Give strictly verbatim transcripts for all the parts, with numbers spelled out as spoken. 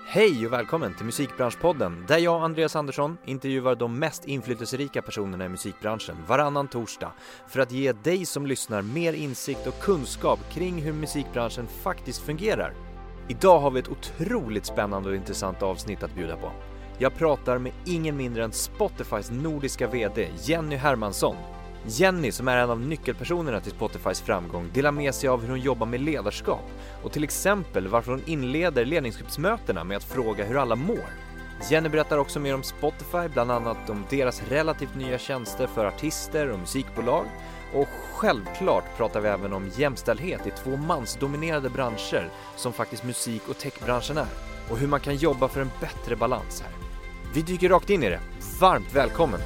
Hej och välkommen till Musikbranschpodden, där jag, Andreas Andersson, intervjuar de mest inflytelserika personerna i musikbranschen varannan torsdag för att ge dig som lyssnar mer insikt och kunskap kring hur musikbranschen faktiskt fungerar. Idag har vi ett otroligt spännande och intressant avsnitt att bjuda på. Jag pratar med ingen mindre än Spotifys nordiska vd Jenny Hermansson. Jenny, som är en av nyckelpersonerna till Spotifys framgång, delar med sig av hur hon jobbar med ledarskap och till exempel varför hon inleder ledningsgruppsmötena med att fråga hur alla mår. Jenny berättar också mer om Spotify, bland annat om deras relativt nya tjänster för artister och musikbolag. Och självklart pratar vi även om jämställdhet i två mansdominerade branscher som faktiskt musik- och techbranschen är. Och hur man kan jobba för en bättre balans här. Vi dyker rakt in i det. Varmt välkommen!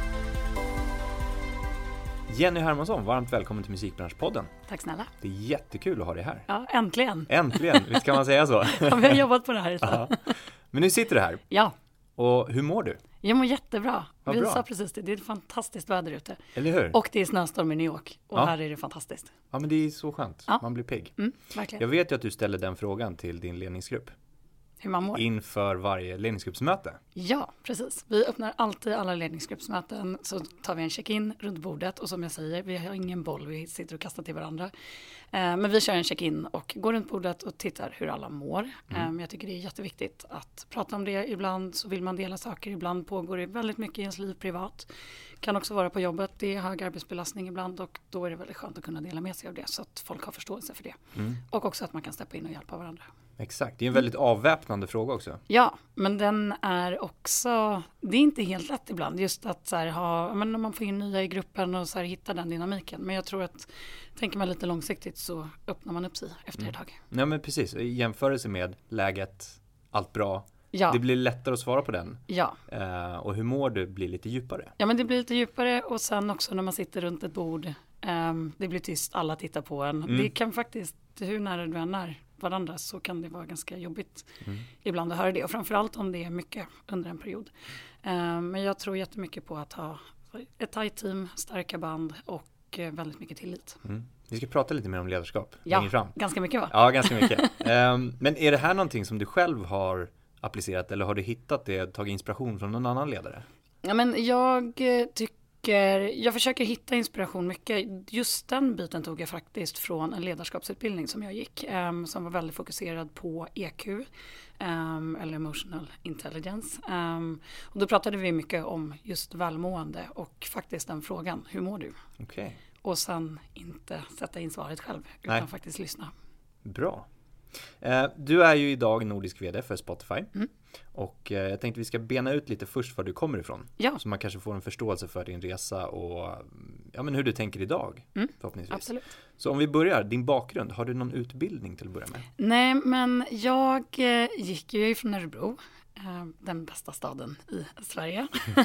Jenny Hermansson, varmt välkommen till Musikbranschpodden. Tack snälla. Det är jättekul att ha dig här. Ja, äntligen. Äntligen, visst kan man säga så? Ja, vi har jobbat på det här ett tag. Men nu sitter du här. Ja. Och hur mår du? Jag mår jättebra. Vad vi bra. sa precis det, det är ett fantastiskt väder ute. Eller hur? Och det är snöstorm i New York. Och Ja. här är det fantastiskt. Ja, men det är så skönt. Ja. Man blir pigg. Mm, verkligen. Jag vet ju att du ställer den frågan till din ledningsgrupp Hur man mår. inför varje ledningsgruppsmöte. Ja, precis. Vi öppnar alltid alla ledningsgruppsmöten, så tar vi en check-in runt bordet och som jag säger, vi har ingen boll, vi sitter och kastar till varandra. Eh, men vi kör en check-in och går runt bordet och tittar hur alla mår. Mm. Eh, jag tycker det är jätteviktigt att prata om det. Ibland så vill man dela saker, ibland pågår det väldigt mycket i ens liv privat. Kan också vara på jobbet, det är hög arbetsbelastning ibland och då är det väldigt skönt att kunna dela med sig av det så att folk har förståelse för det. Mm. Och också att man kan steppa in och hjälpa varandra. Exakt, det är en väldigt avväpnande fråga också. Ja, men den är också, det är inte helt lätt ibland just att så här ha, men om man får in nya i gruppen och så här hitta den dynamiken. Men jag tror att tänker man lite långsiktigt så öppnar man upp sig efter ett tag. Nej, men precis, i jämförelse med läget, allt bra. Ja. Det blir lättare att svara på den. Ja. Uh, och hur mår du blir lite djupare. Ja, men det blir lite djupare och sen också när man sitter runt ett bord, um, det blir tyst, alla tittar på en. Mm. Det kan faktiskt, hur nära du än är varandra så kan det vara ganska jobbigt mm. ibland att höra det. Och framförallt om det är mycket under en period. Um, men jag tror jättemycket på att ha ett tajt team, starka band och uh, väldigt mycket tillit. Mm. Vi ska prata lite mer om ledarskap. Ja, fram. ganska mycket va? Ja, ganska mycket. um, men är det här någonting som du själv har applicerat eller har du hittat det, tagit inspiration från någon annan ledare? Ja, men jag tycker, jag försöker hitta inspiration mycket. Just den biten tog jag faktiskt från en ledarskapsutbildning som jag gick, um, som var väldigt fokuserad på E Q, um, eller emotional intelligence. Um, och då pratade vi mycket om just välmående och faktiskt den frågan, hur mår du? Okay. Och sen inte sätta in svaret själv, utan Nej. faktiskt lyssna. Bra. Du är ju idag nordisk vd för Spotify mm. och jag tänkte vi ska bena ut lite först var du kommer ifrån. Ja. Så man kanske får en förståelse för din resa och ja, men hur du tänker idag mm. förhoppningsvis. Absolut. Så om vi börjar, din bakgrund, har du någon utbildning till att börja med? Nej, men jag gick ju från Örebro. Den bästa staden i Sverige. eh,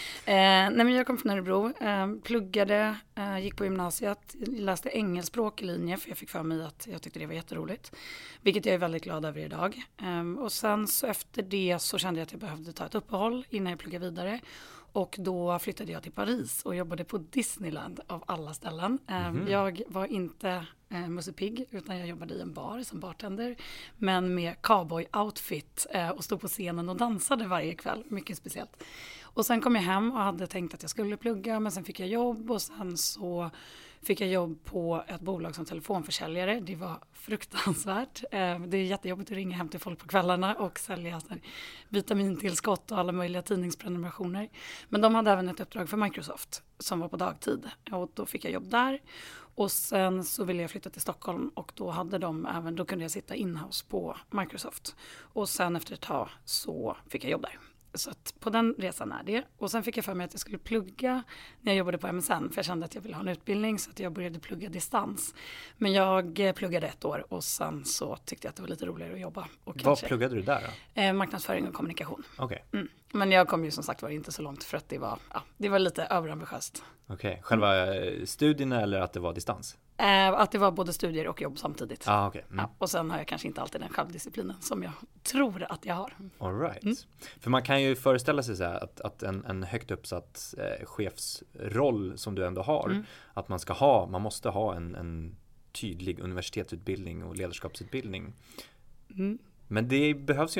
nej men jag kom från Örebro, eh, pluggade, eh, gick på gymnasiet, läste engelskspråk i linje för jag fick för mig att jag tyckte det var jätteroligt. Vilket jag är väldigt glad över idag. Eh, och sen så efter det så kände jag att jag behövde ta ett uppehåll innan jag pluggade vidare. Och då flyttade jag till Paris och jobbade på Disneyland av alla ställen. Mm-hmm. Jag var inte eh, Musse Pigg utan jag jobbade i en bar som bartender. Men med cowboy-outfit eh, och stod på scenen och dansade varje kväll. Mycket speciellt. Och sen kom jag hem och hade tänkt att jag skulle plugga men sen fick jag jobb och sen så fick jag jobb på ett bolag som telefonförsäljare. Det var fruktansvärt. Det är jättejobbigt att ringa hem till folk på kvällarna och sälja vitamintillskott och alla möjliga tidningsprenumerationer. Men de hade även ett uppdrag för Microsoft som var på dagtid. Och då fick jag jobb där. Och sen så ville jag flytta till Stockholm och då hade de även, då kunde jag sitta inhouse på Microsoft. Och sen efter ett tag så fick jag jobb där. Så att på den resan är det. Och sen fick jag för mig att jag skulle plugga när jag jobbade på M S N. För jag kände att jag ville ha en utbildning så att jag började plugga distans. Men jag pluggade ett år och sen så tyckte jag att det var lite roligare att jobba. Och Vad kanske, pluggade du där då? Eh, marknadsföring och kommunikation. Okay. Mm. Men jag kom ju som sagt var inte så långt för att det var, ja, det var lite överambitiöst. Okej, okay. Själva studierna eller att det var distans? Eh, att det var både studier och jobb samtidigt. Ah, okay. Mm. Ja, och sen har jag kanske inte alltid den självdisciplinen som jag tror att jag har. All right. Mm. För man kan ju föreställa sig så här att, att en, en högt uppsatt eh, chefsroll som du ändå har, mm. att man ska ha, man måste ha en, en tydlig universitetsutbildning och ledarskapsutbildning. Mm. Men det behövs ju inte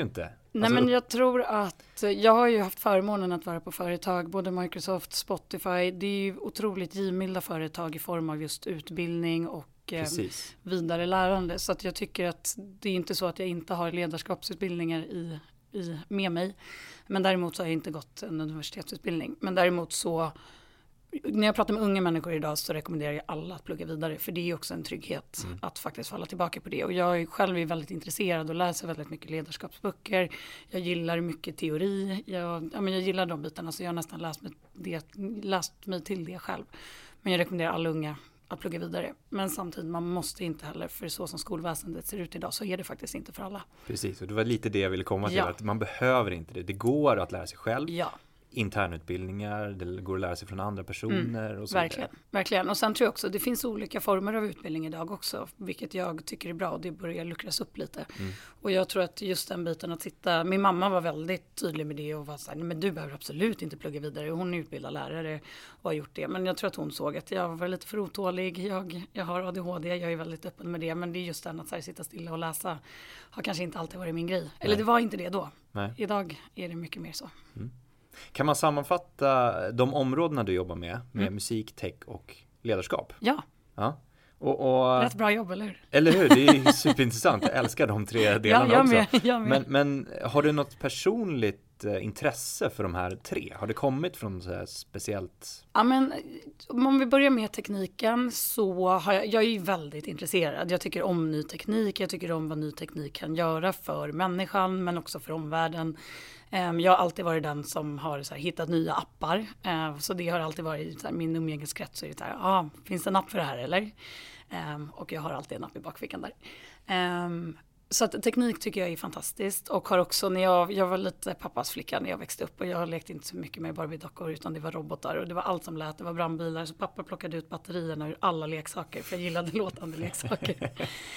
Nej, Alltså, men jag tror att, jag har ju haft förmånen att vara på företag, både Microsoft, Spotify, det är ju otroligt givmilda företag i form av just utbildning och eh, vidare lärande. Så att jag tycker att det är inte så att jag inte har ledarskapsutbildningar i, i, med mig. Men däremot så har jag inte gått en universitetsutbildning. Men däremot så, när jag pratar med unga människor idag så rekommenderar jag alla att plugga vidare. För det är också en trygghet mm. att faktiskt falla tillbaka på det. Och jag är själv är väldigt intresserad och läser väldigt mycket ledarskapsböcker. Jag gillar mycket teori. Jag, ja, men jag gillar de bitarna så jag har nästan läst mig, det, läst mig till det själv. Men jag rekommenderar alla unga att plugga vidare. Men samtidigt, man måste inte heller, för så som skolväsendet ser ut idag så är det faktiskt inte för alla. Precis, och det var lite det jag ville komma till. Ja. Att man behöver inte det. Det går att lära sig själv. Ja. Internutbildningar, det går att lära sig från andra personer mm, och så verkligen, vidare. Verkligen. Och sen tror jag också, det finns olika former av utbildning idag också, vilket jag tycker är bra och det börjar luckras upp lite. Mm. Och jag tror att just den biten att sitta, min mamma var väldigt tydlig med det och var så här, men du behöver absolut inte plugga vidare. Hon är utbildad lärare och har gjort det. Men jag tror att hon såg att jag var lite för otålig, jag, jag har A D H D, jag är väldigt öppen med det. Men det är just den att så här, sitta stilla och läsa har kanske inte alltid varit min grej. Eller Nej. Det var inte det då. Nej. Idag är det mycket mer så. Mm. Kan man sammanfatta de områdena du jobbar med, med mm. musik, tech och ledarskap? Ja. Ja. Och, och, rätt bra jobb, eller hur? Eller hur? Det är superintressant. Jag älskar de tre delarna ja, jag också. Med, jag med. Men, men har du något personligt eh, intresse för de här tre? Har det kommit från så här speciellt? Ja, men om vi börjar med tekniken så har jag, jag är ju väldigt intresserad. Jag tycker om ny teknik. Jag tycker om vad ny teknik kan göra för människan men också för omvärlden. Jag har alltid varit den som har så här, hittat nya appar. Så det har alltid varit så här, min umgängeskrets. Så är det så här, ah, finns det en app för det här eller? Och jag har alltid en app i bakfickan där. Så att teknik tycker jag är fantastiskt. Och har också, när jag, jag var lite pappas flicka när jag växte upp. Och jag lekte inte så mycket med Barbie-dockor utan det var robotar. Och det var allt som lät, det var brandbilar. Så pappa plockade ut batterierna ur alla leksaker. För jag gillade låtande leksaker.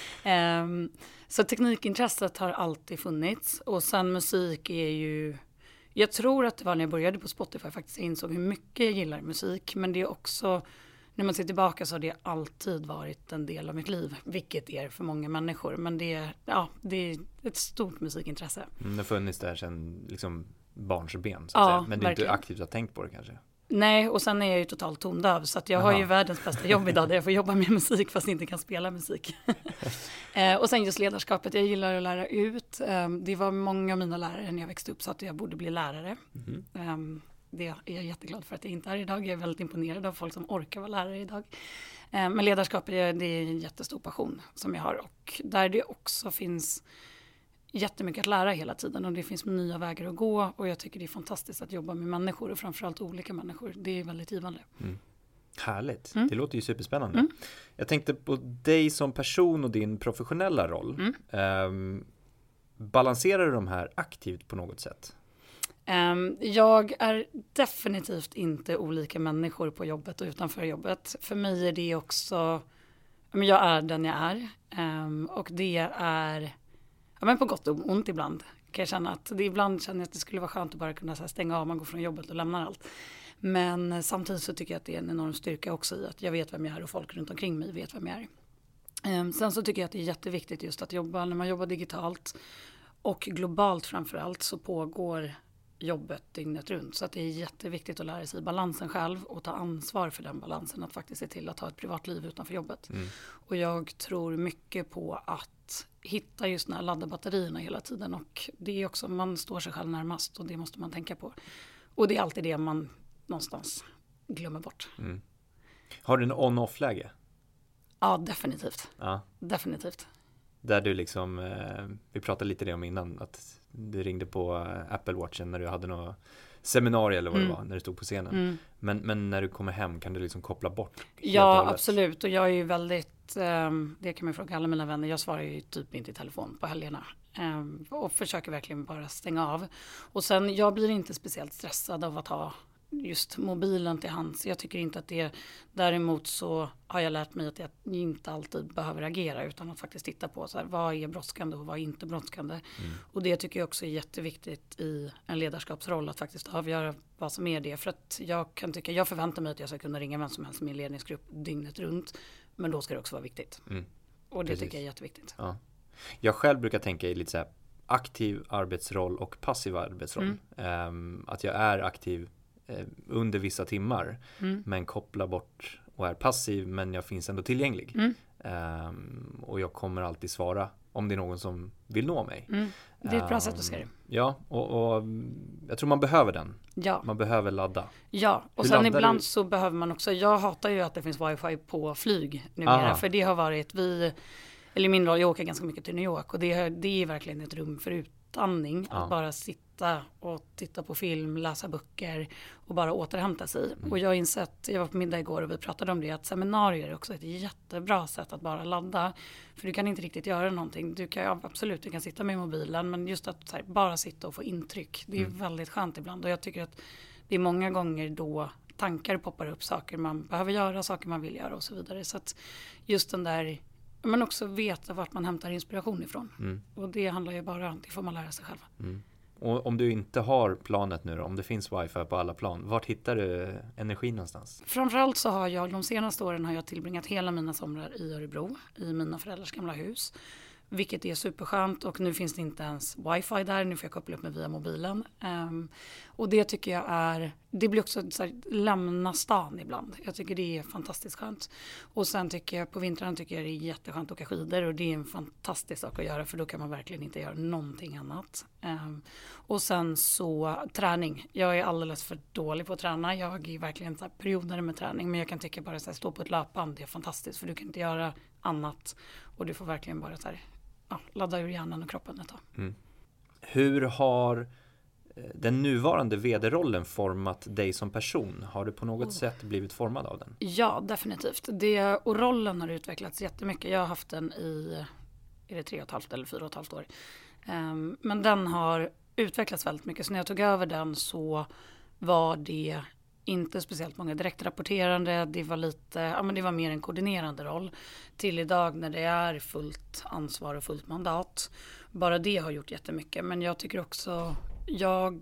um, så teknikintresset har alltid funnits. Och sen musik är ju... Jag tror att det var när jag började på Spotify faktiskt. Jag insåg hur mycket jag gillar musik. Men det är också... När man ser tillbaka så har det alltid varit en del av mitt liv. Vilket är för många människor. Men det är, ja, det är ett stort musikintresse. Mm, det har funnits där sedan liksom barnsben. Så att ja, säga. Men det är inte aktivt att ha tänkt på det kanske. Nej, och sen är jag ju totalt tondöv. Så att jag Aha. har ju världens bästa jobb idag. Där jag får jobba med musik fast inte kan spela musik. eh, och sen just ledarskapet. Jag gillar att lära ut. Eh, det var många av mina lärare när jag växte upp så att jag borde bli lärare. Mm. Eh, Det är jag jätteglad för att jag inte är idag. Jag är väldigt imponerad av folk som orkar vara lärare idag. Men ledarskap är, det är en jättestor passion som jag har. Och där det också finns jättemycket att lära hela tiden. Och det finns nya vägar att gå. Och jag tycker det är fantastiskt att jobba med människor. Och framförallt olika människor. Det är väldigt givande. Mm. Härligt. Mm. Det låter ju superspännande. Mm. Jag tänkte på dig som person och din professionella roll. Mm. Um, balanserar du de här aktivt på något sätt? Um, jag är definitivt inte olika människor på jobbet och utanför jobbet. För mig är det också, men jag är den jag är. Um, och det är, ja, men på gott och ont ibland kan jag känna att, det ibland känner jag att det skulle vara skönt att bara kunna så här, stänga av, man går från jobbet och lämnar allt. Men samtidigt så tycker jag att det är en enorm styrka också i att jag vet vem jag är och folk runt omkring mig vet vem jag är. Um, sen så tycker jag att det är jätteviktigt just att jobba, när man jobbar digitalt och globalt framförallt så pågår jobbet dygnet runt. Så att det är jätteviktigt att lära sig balansen själv och ta ansvar för den balansen. Att faktiskt se till att ha ett privatliv utanför jobbet. Mm. Och jag tror mycket på att hitta just när ladda batterierna hela tiden. Och det är också, man står sig själv närmast och det måste man tänka på. Och det är alltid det man någonstans glömmer bort. Mm. Har du en on-off-läge? Ja, definitivt. Ja. Definitivt. Där du liksom, eh, vi pratade lite om innan, att du ringde på Apple Watchen när du hade något seminarium eller vad mm. det var, när du stod på scenen. Mm. Men, men när du kommer hem kan du liksom koppla bort? Ja, absolut. Och jag är ju väldigt, eh, det kan man fråga alla mina vänner, jag svarar ju typ inte i telefon på helgerna. Eh, och försöker verkligen bara stänga av. Och sen, jag blir inte speciellt stressad av att ha just mobilen till hands. Jag tycker inte att det, däremot så har jag lärt mig att jag inte alltid behöver agera utan att faktiskt titta på så här, vad är brådskande och vad är inte brådskande. Mm. Och det tycker jag också är jätteviktigt i en ledarskapsroll att faktiskt avgöra vad som är det. För att jag kan tycka, jag förväntar mig att jag ska kunna ringa vem som helst i min ledningsgrupp dygnet runt. Men då ska det också vara viktigt. Mm. Och det Precis. Tycker jag är jätteviktigt. Ja. Jag själv brukar tänka i lite så här aktiv arbetsroll och passiv arbetsroll. Mm. Um, att jag är aktiv uh, under vissa timmar mm. men kopplar bort och är passiv, men jag finns ändå tillgänglig. Mm. Um, och jag kommer alltid svara om det är någon som vill nå mig. Mm. Det är ett bra um, sätt att se det. Ja, och, och jag tror man behöver den. Ja. Man behöver ladda. Ja, och Hur sen ibland du? så behöver man också, jag hatar ju att det finns wifi på flyg numera, Aha. för det har varit, vi, eller min roll, jag åker ganska mycket till New York och det, det är verkligen ett rum för utandning, ja. Att bara sitta och titta på film, läsa böcker och bara återhämta sig. Mm. Och jag har insett, jag var på middag igår och vi pratade om det, att seminarier är också ett jättebra sätt att bara ladda, för du kan inte riktigt göra någonting. Du kan, ja, absolut, du kan sitta med mobilen, men just att så här, bara sitta och få intryck, det är mm. väldigt skönt ibland, och jag tycker att det är många gånger då tankar poppar upp, saker man behöver göra, saker man vill göra och så vidare. Så att just den där, men också veta vart man hämtar inspiration ifrån. Mm. Och det handlar ju bara, det får man lära sig själv. Mm. Och om du inte har planet nu då, om det finns wifi på alla plan, vart hittar du energin någonstans? Framförallt så har jag, de senaste åren har jag tillbringat hela mina somrar i Örebro, i mina föräldrars gamla hus. Vilket är superskönt, och nu finns det inte ens wifi där, nu får jag koppla upp mig via mobilen. Um, och det tycker jag är, det blir också så här, lämna stan ibland. Jag tycker det är fantastiskt skönt. Och sen tycker jag, på vintern tycker jag det är jätteskönt att åka skidor, och det är en fantastisk sak att göra, för då kan man verkligen inte göra någonting annat. Um, och sen så träning. Jag är alldeles för dålig på att träna. Jag är verkligen så här perioder med träning, men jag kan tycka bara så här, stå på ett löpband, det är fantastiskt, för du kan inte göra annat, och du får verkligen bara så här, ja, ladda ur hjärnan och kroppen ett tag. Mm. Hur har den nuvarande vd-rollen format dig som person? Har du på något oh. sätt blivit formad av den? Ja, definitivt. Det, och rollen har utvecklats jättemycket. Jag har haft den i, är det tre och ett halvt eller fyra och ett halvt år. Um, men den har utvecklats väldigt mycket. Så när jag tog över den så var det inte speciellt många direktrapporterande, det var lite, ja men det var mer en koordinerande roll, till idag när det är fullt ansvar och fullt mandat. Bara det har gjort jättemycket, men jag tycker också, jag,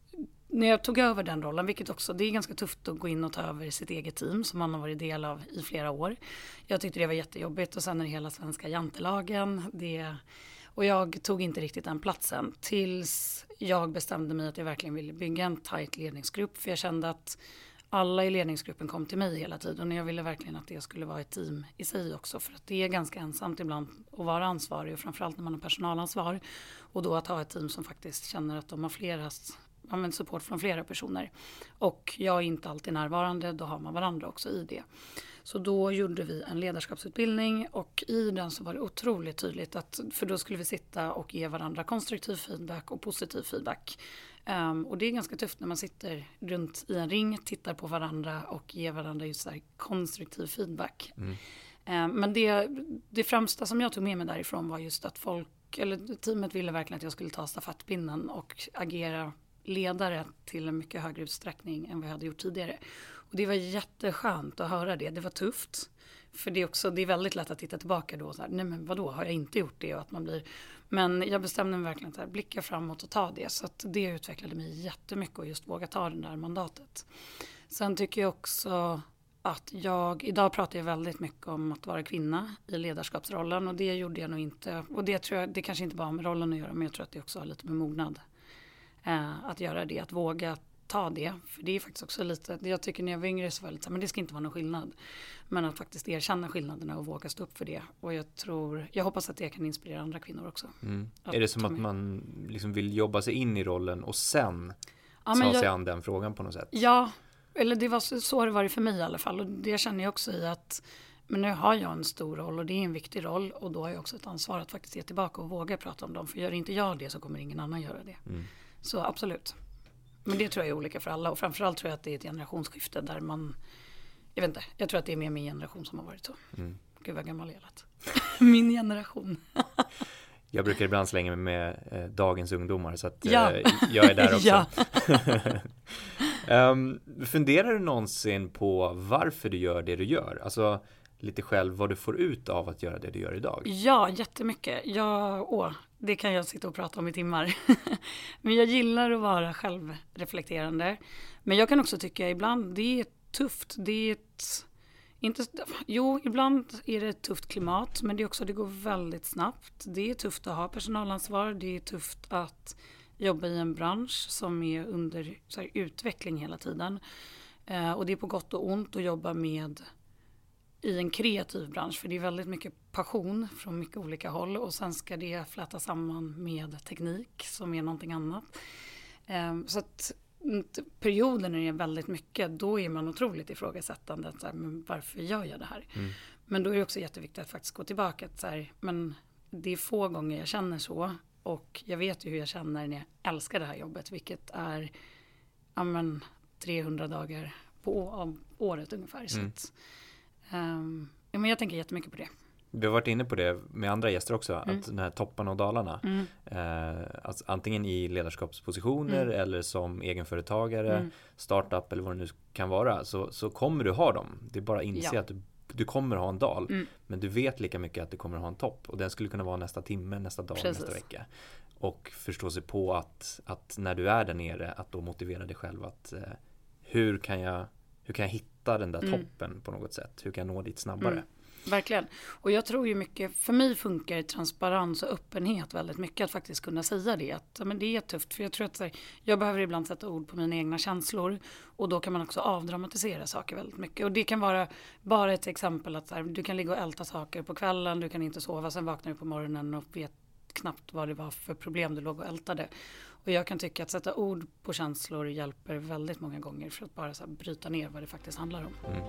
när jag tog över den rollen, vilket också, det är ganska tufft att gå in och ta över sitt eget team som man har varit del av i flera år. Jag tyckte det var jättejobbigt, och sen är det hela svenska jantelagen, det, och jag tog inte riktigt den platsen tills jag bestämde mig att jag verkligen ville bygga en tajt ledningsgrupp. För jag kände att alla i ledningsgruppen kom till mig hela tiden. Och jag ville verkligen att det skulle vara ett team i sig också. För att det är ganska ensamt ibland att vara ansvarig. Och framförallt när man har personalansvar. Och då att ha ett team som faktiskt känner att de har flera, använder support från flera personer. Och jag är inte alltid närvarande, då har man varandra också i det. Så då gjorde vi en ledarskapsutbildning, och i den så var det otroligt tydligt att, för då skulle vi sitta och ge varandra konstruktiv feedback och positiv feedback. Um, och det är ganska tufft när man sitter runt i en ring, tittar på varandra och ger varandra just så här konstruktiv feedback. Mm. Um, men det, det främsta som jag tog med mig därifrån var just att folk, eller teamet ville verkligen att jag skulle ta stafettpinnen och agera ledare till en mycket högre utsträckning än vad jag hade gjort tidigare. Och det var jätteskönt att höra det. Det var tufft. För det är också, det är väldigt lätt att titta tillbaka då och så här, nej men vadå, har jag inte gjort det? Och att man blir, men jag bestämde mig verkligen att blicka framåt och ta det. Så att det utvecklade mig jättemycket, och just våga ta det där mandatet. Sen tycker jag också att jag, idag pratar jag väldigt mycket om att vara kvinna i ledarskapsrollen, och det gjorde jag nog inte. Och det tror jag, det kanske inte bara har med rollen att göra, men jag tror att det också har lite med mognad eh, att göra det, att våga ta det, för det är faktiskt också lite, jag tycker när jag var yngre så var det lite, men det ska inte vara någon skillnad, men att faktiskt erkänna skillnaderna och våga stå upp för det, och jag tror, jag hoppas att det kan inspirera andra kvinnor också. Mm. Är det som att man liksom vill jobba sig in i rollen och sen ja, ta sig an den frågan på något sätt? Ja, eller det var så, så har det varit för mig i alla fall, och det känner jag också i att, men nu har jag en stor roll och det är en viktig roll, och då har jag också ett ansvar att faktiskt ge tillbaka och våga prata om dem, för gör inte jag det så kommer ingen annan göra det. Mm. Så absolut. Men det tror jag är olika för alla, och framförallt tror jag att det är ett generationsskifte där man, jag vet inte, jag tror att det är mer min generation som har varit så. Mm. Gud vad gammal jag lät. Min generation. Jag brukar ibland slänga mig med eh, dagens ungdomar, så att ja. eh, jag är där också. um, funderar du någonsin på varför du gör det du gör? Alltså lite själv vad du får ut av att göra det du gör idag? Ja, jättemycket. Jag, åh, det kan jag sitta och prata om i timmar. Men jag gillar att vara självreflekterande. Men jag kan också tycka ibland det är tufft. Det är ett, Inte, jo, ibland är det ett tufft klimat, men det är också, det går väldigt snabbt. Det är tufft att ha personalansvar, det är tufft att jobba i en bransch som är under så här, utveckling hela tiden. Eh, och det är på gott och ont att jobba med i en kreativ bransch, för det är väldigt mycket passion från mycket olika håll och sen ska det fläta samman med teknik som är någonting annat. Eh, så att perioder när det är väldigt mycket, då är man otroligt ifrågasättande. Så här, men varför gör jag det här? Mm. Men då är det också jätteviktigt att faktiskt gå tillbaka. Så här, men det är få gånger jag känner så. Och jag vet ju hur jag känner när jag älskar det här jobbet. Vilket är ja, men, trehundra dagar på av året ungefär. Mm. Så att, um, ja, men jag tänker jättemycket på det. Vi har varit inne på det med andra gäster också, mm. att den här topparna och dalarna, mm. eh, alltså antingen i ledarskapspositioner mm. eller som egenföretagare, mm. startup eller vad det nu kan vara, så, så kommer du ha dem. Det är bara att inse ja. att du, du kommer ha en dal, mm. men du vet lika mycket att du kommer ha en topp och den skulle kunna vara nästa timme, nästa dag, Precis. nästa vecka. Och förstå sig på att, att när du är där nere, att då motivera dig själv att eh, hur kan jag, hur kan jag hitta den där mm. toppen på något sätt? Hur kan jag nå dit snabbare? Mm. Verkligen. Och jag tror ju mycket, för mig funkar transparens och öppenhet väldigt mycket, att faktiskt kunna säga det. Att men det är tufft, för jag tror att så här, jag behöver ibland sätta ord på mina egna känslor och då kan man också avdramatisera saker väldigt mycket. Och det kan vara bara ett exempel att så här, du kan ligga och älta saker på kvällen, du kan inte sova, sen vaknar du på morgonen och vet knappt vad det var för problem du låg och ältade. Och jag kan tycka att sätta ord på känslor hjälper väldigt många gånger för att bara så här, bryta ner vad det faktiskt handlar om. Mm.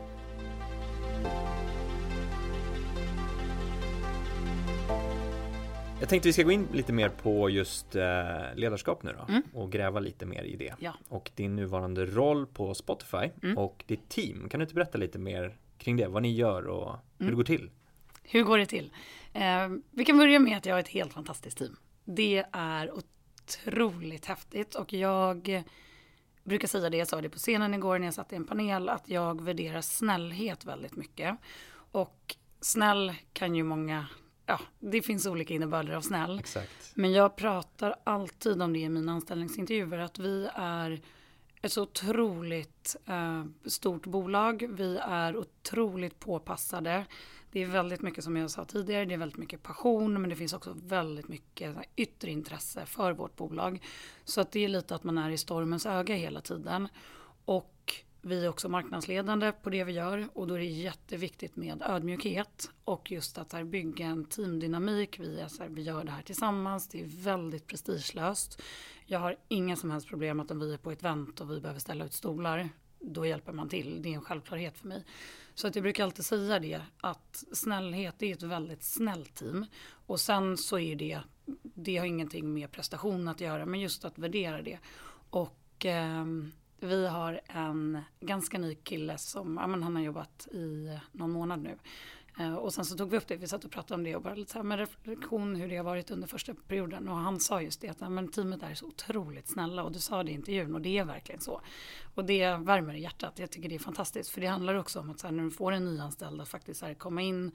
Jag tänkte vi ska gå in lite mer på just eh, ledarskap nu då mm. och gräva lite mer i det. Ja. Och din nuvarande roll på Spotify mm. och ditt team. Kan du inte berätta lite mer kring det? Vad ni gör och hur mm. det går till? Hur går det till? Eh, vi kan börja med att jag har ett helt fantastiskt team. Det är otroligt häftigt och jag brukar säga det, jag sa det på scenen igår när jag satt i en panel, att jag värderar snällhet väldigt mycket. Och snäll kan ju många... Ja, det finns olika innebörder av snäll. Exakt. Men jag pratar alltid om det i mina anställningsintervjuer. Att vi är ett så otroligt eh, stort bolag. Vi är otroligt påpassade. Det är väldigt mycket, som jag sa tidigare, det är väldigt mycket passion. Men det finns också väldigt mycket yttre intresse för vårt bolag. Så att det är lite att man är i stormens öga hela tiden. Och vi är också marknadsledande på det vi gör och då är det jätteviktigt med ödmjukhet och just att här bygga en teamdynamik. Vi, är så här, vi gör det här tillsammans, det är väldigt prestigelöst. Jag har inga som helst problem att om vi är på ett event och vi behöver ställa ut stolar, då hjälper man till. Det är en självklarhet för mig. Så att jag brukar alltid säga det, att snällhet är ett väldigt snällt team. Och sen så är det, det har ingenting med prestation att göra, men just att värdera det. Och... Eh, Vi har en ganska ny kille som, ja, men han har jobbat i någon månad nu. Eh, och sen så tog vi upp det, vi satt och pratade om det och bara lite så här med reflektion hur det har varit under första perioden. Och han sa just det att ja, men teamet är så otroligt snälla och du sa det i intervjun och det är verkligen så. Och det värmer i hjärtat, jag tycker det är fantastiskt. För det handlar också om att så här, när du får en nyanställd att faktiskt så här, komma in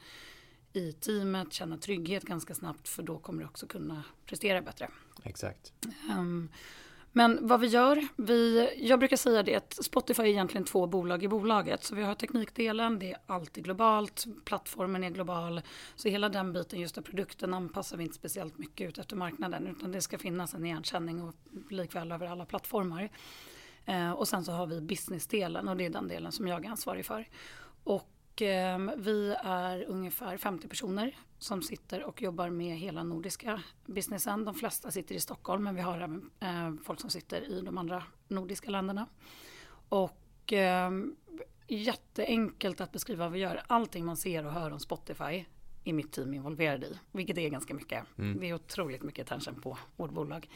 i teamet, känna trygghet ganska snabbt för då kommer du också kunna prestera bättre. Exakt. Um, Men vad vi gör, vi, jag brukar säga det att Spotify är egentligen två bolag i bolaget. Så vi har teknikdelen, det är alltid globalt, plattformen är global. Så hela den biten, just av produkten, anpassar vi inte speciellt mycket ut efter marknaden. Utan det ska finnas en igenkänning och likväl över alla plattformar. Eh, och sen så har vi businessdelen och det är den delen som jag är ansvarig för. Och vi är ungefär femtio personer som sitter och jobbar med hela nordiska businessen. De flesta sitter i Stockholm, men vi har även eh, folk som sitter i de andra nordiska länderna. Och eh, jätteenkelt att beskriva vad vi gör. Allting man ser och hör om Spotify är mitt team involverad i, vilket är ganska mycket. Mm. Det är otroligt mycket attention på vårt bolag.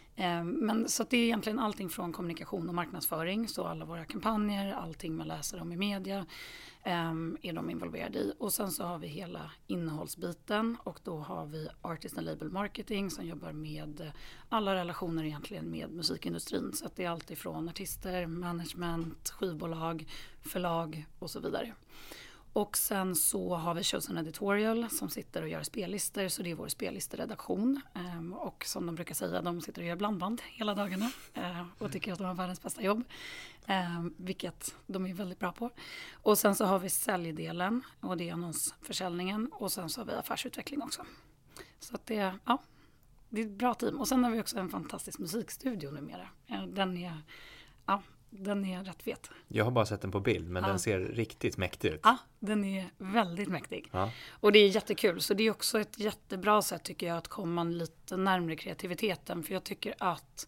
Men så det är egentligen allting från kommunikation och marknadsföring, så alla våra kampanjer, allting man läser om i media är de involverade i. Och sen så har vi hela innehållsbiten och då har vi Artist and Label Marketing som jobbar med alla relationer egentligen med musikindustrin. Så att det är allt ifrån artister, management, skivbolag, förlag och så vidare. Och sen så har vi Chosen Editorial som sitter och gör spellistor, så det är vår spellisteredaktion. Um, och som de brukar säga, de sitter och gör blandband hela dagarna uh, och tycker att de har världens bästa jobb. Um, vilket de är väldigt bra på. Och sen så har vi säljdelen och det är annonsförsäljningen. Och sen så har vi affärsutveckling också. Så att det, ja, det är ett bra team. Och sen har vi också en fantastisk musikstudio numera. Den är, ja, den är rätt fet. Jag har bara sett den på bild, men ja. den ser riktigt mäktig ut. Ja, den är väldigt mäktig. Ja. Och det är jättekul. Så det är också ett jättebra sätt tycker jag att komma lite närmare kreativiteten. För jag tycker att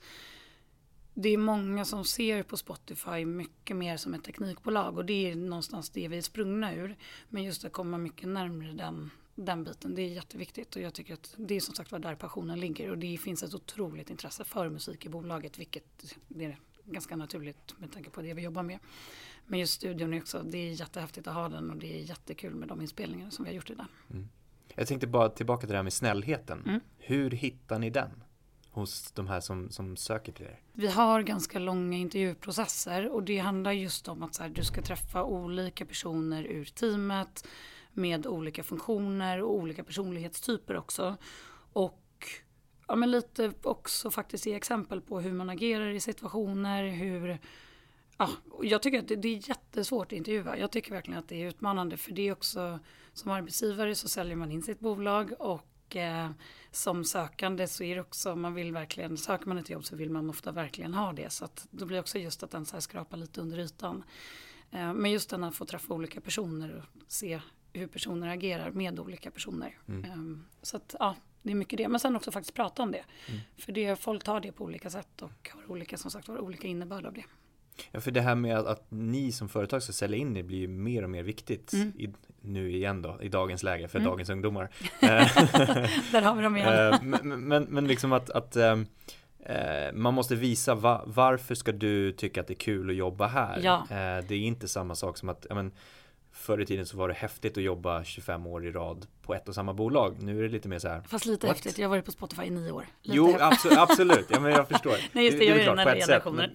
det är många som ser på Spotify mycket mer som ett teknikbolag. Och det är någonstans det vi är sprungna ur. Men just att komma mycket närmare den, den biten, det är jätteviktigt. Och jag tycker att det är som sagt var där passionen ligger. Och det finns ett otroligt intresse för musik i bolaget. Vilket det är ganska naturligt med tanke på det vi jobbar med. Men just studion är också, det är jättehäftigt att ha den. Och det är jättekul med de inspelningar som vi har gjort i den. Mm. Jag tänkte bara tillbaka till det här med snällheten. Mm. Hur hittar ni den hos de här som, som söker till er? Vi har ganska långa intervjuprocesser och det handlar just om att så här, du ska träffa olika personer ur teamet med olika funktioner och olika personlighetstyper också. Och ja, men lite också faktiskt ge exempel på hur man agerar i situationer, hur... Ja, jag tycker att det, det är jättesvårt att intervjua. Jag tycker verkligen att det är utmanande för det är också som arbetsgivare så säljer man in sitt bolag och Och eh, som sökande så är det också, man vill verkligen, söker man ett jobb så vill man ofta verkligen ha det. Så att då blir också just att den så här skrapar lite under ytan. Eh, men just den att få träffa olika personer och se hur personer agerar med olika personer. Mm. Eh, så att ja, det är mycket det. Men sen också faktiskt prata om det. Mm. För det, folk tar det på olika sätt och har olika, som sagt, har olika innebörd av det. Ja, för det här med att, att ni som företag ska sälja in det blir ju mer och mer viktigt mm. i, nu igen då, i dagens läge för mm. dagens ungdomar. Där har vi dem igen. men, men, men liksom att, att äh, man måste visa va, varför ska du tycka att det är kul att jobba här. Ja. Äh, det är inte samma sak som att ja, men, förr i tiden så var det häftigt att jobba tjugofem år i rad på ett och samma bolag. Nu är det lite mer så här. Fast lite what? häftigt. Jag har varit på Spotify i nio år. Lite jo, absolut. absolut. Ja, men jag förstår. Nej, just det. det, jag det är den här redaktionen.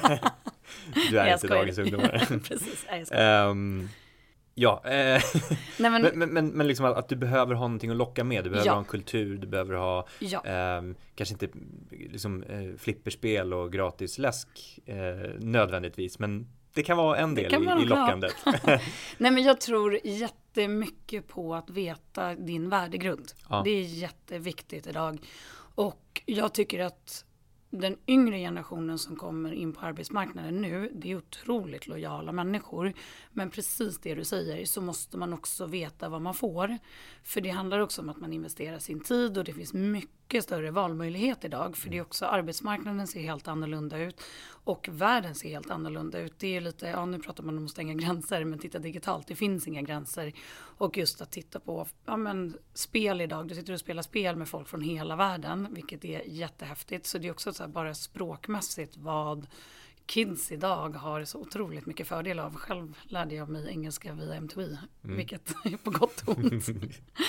Du är inte dagens ungdomar. Precis, jag skojar. Um, ja, eh, Nej, men, men, men, men, men liksom att, att du behöver ha någonting att locka med. Du behöver ja. ha en kultur, du behöver ha ja. eh, kanske inte liksom, eh, flipperspel och gratis läsk eh, nödvändigtvis, men det kan vara en del i, i lockandet. Nej, men jag tror jättemycket på att veta din värdegrund. Ja. Det är jätteviktigt idag. Och jag tycker att den yngre generationen som kommer in på arbetsmarknaden nu, det är otroligt lojala människor. Men precis det du säger så måste man också veta vad man får. För det handlar också om att man investerar sin tid och det finns mycket större valmöjlighet idag. För det är också, arbetsmarknaden ser helt annorlunda ut och världen ser helt annorlunda ut. Det är lite, ja nu pratar man om att stänga gränser, men titta digitalt, det finns inga gränser. Och just att titta på, ja men spel idag, du sitter och spelar spel med folk från hela världen, vilket är jättehäftigt. Så det är också så här, bara språkmässigt vad kids idag har så otroligt mycket fördel av. Själv lärde jag mig engelska via M T V, mm. vilket är på gott och ont. um,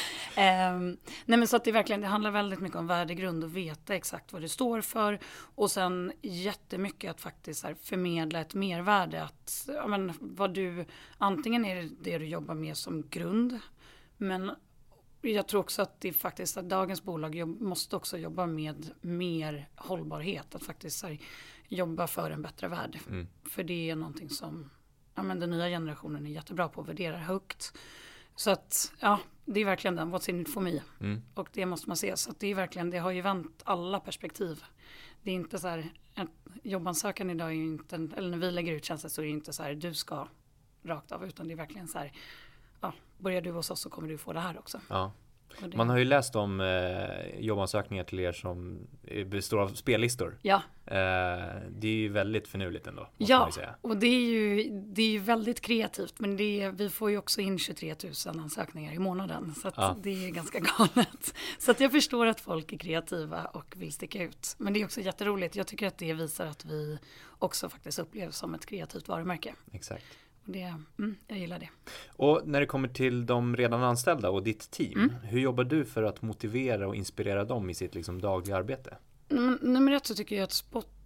nej men så att det verkligen, det handlar väldigt mycket om värdegrund och veta exakt vad du står för. Och sen jättemycket att faktiskt här, förmedla ett mervärde. Att, ja, men, vad du, antingen är det det du jobbar med som grund, men jag tror också att det faktiskt att dagens bolag jobb, måste också jobba med mer hållbarhet. Att faktiskt här, jobba för en bättre värld. Mm. För det är någonting som ja, men den nya generationen är jättebra på att värdera högt. Så att ja, det är verkligen den. What's in it for me? Mm. Och det måste man se. Så att det är verkligen, det har ju vänt alla perspektiv. Det är inte så här, en jobbansökan idag är ju inte, eller när vi lägger ut tjänster så är det inte så här, du ska rakt av. Utan det är verkligen så här, ja, börjar du hos oss så kommer du få det här också. Ja. Man har ju läst om eh, jobbansökningar till er som består av spellistor. Ja. Eh, det är ju väldigt förnuligt ändå. Ja, säga. Och det är ju det är ju väldigt kreativt. Men det är, vi får ju också in tjugotre tusen ansökningar i månaden. Så att ja. det är ganska galet. Så att jag förstår att folk är kreativa och vill sticka ut. Men det är också jätteroligt. Jag tycker att det visar att vi också faktiskt upplevs som ett kreativt varumärke. Exakt. Det, mm, jag gillar det. Och när det kommer till de redan anställda och ditt team, mm. hur jobbar du för att motivera och inspirera dem i sitt liksom, dagliga arbete? Mm, nummer ett så tycker jag att Spot,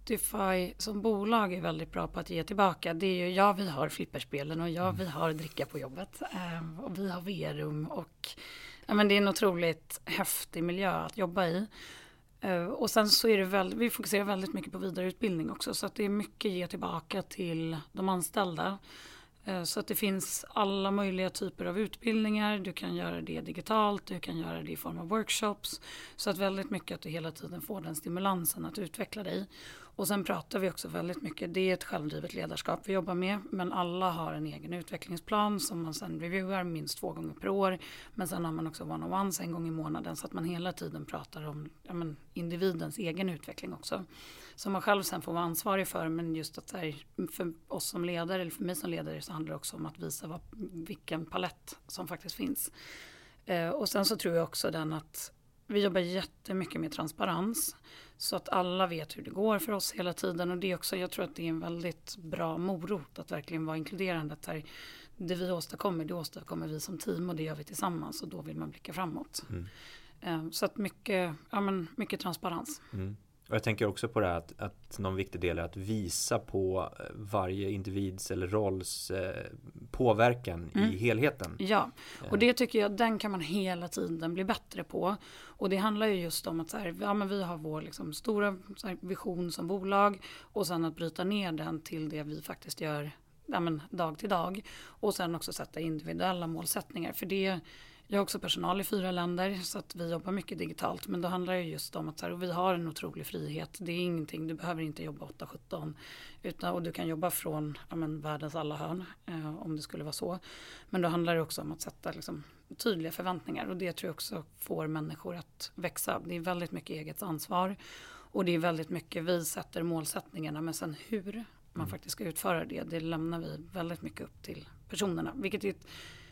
Spotify som bolag är väldigt bra på att ge tillbaka. Det är ju, ja vi har flipperspelen och ja vi har dricka på jobbet. Eh, och vi har V R-rum och ja, men det är en otroligt häftig miljö att jobba i. Uh, och sen så är det väldigt, vi fokuserar väldigt mycket på vidareutbildning också. Så att det är mycket ge tillbaka till de anställda. Uh, så att det finns alla möjliga typer av utbildningar. Du kan göra det digitalt, du kan göra det i form av workshops. Så att väldigt mycket att du hela tiden får den stimulansen att utveckla dig. Och sen pratar vi också väldigt mycket, det är ett självdrivet ledarskap vi jobbar med. Men alla har en egen utvecklingsplan som man sen reviewar minst två gånger per år. Men sen har man också one-on-ones en gång i månaden så att man hela tiden pratar om ja, men, individens egen utveckling också. Som man själv sen får vara ansvarig för, men just att här, för oss som ledare eller för mig som ledare så handlar det också om att visa vad, vilken palett som faktiskt finns. Eh, och sen så tror jag också den att vi jobbar jättemycket med transparens så att alla vet hur det går för oss hela tiden och det är också, jag tror att det är en väldigt bra morot att verkligen vara inkluderande. Att här, det vi åstadkommer, det åstadkommer vi som team och det gör vi tillsammans och då vill man blicka framåt. Mm. Så att mycket, ja, men mycket transparens. Mm. Och jag tänker också på det här att, att någon viktig del är att visa på varje individs eller rolls eh, påverkan mm. i helheten. Ja, och det tycker jag, den kan man hela tiden bli bättre på. Och det handlar ju just om att så här, ja, men vi har vår liksom, stora så här, vision som bolag och sen att bryta ner den till det vi faktiskt gör ja, men, dag till dag. Och sen också sätta individuella målsättningar. För det jag har också personal i fyra länder så att vi jobbar mycket digitalt. Men då handlar det just om att så här, och vi har en otrolig frihet. Det är ingenting, du behöver inte jobba åtta sjutton. Utan, och du kan jobba från ja, men, världens alla hörn eh, om det skulle vara så. Men då handlar det också om att sätta liksom, tydliga förväntningar. Och det tror jag också får människor att växa. Det är väldigt mycket eget ansvar. Och det är väldigt mycket, vi sätter målsättningarna. Men sen hur man mm. faktiskt ska utföra det, det lämnar vi väldigt mycket upp till personerna. Vilket är ett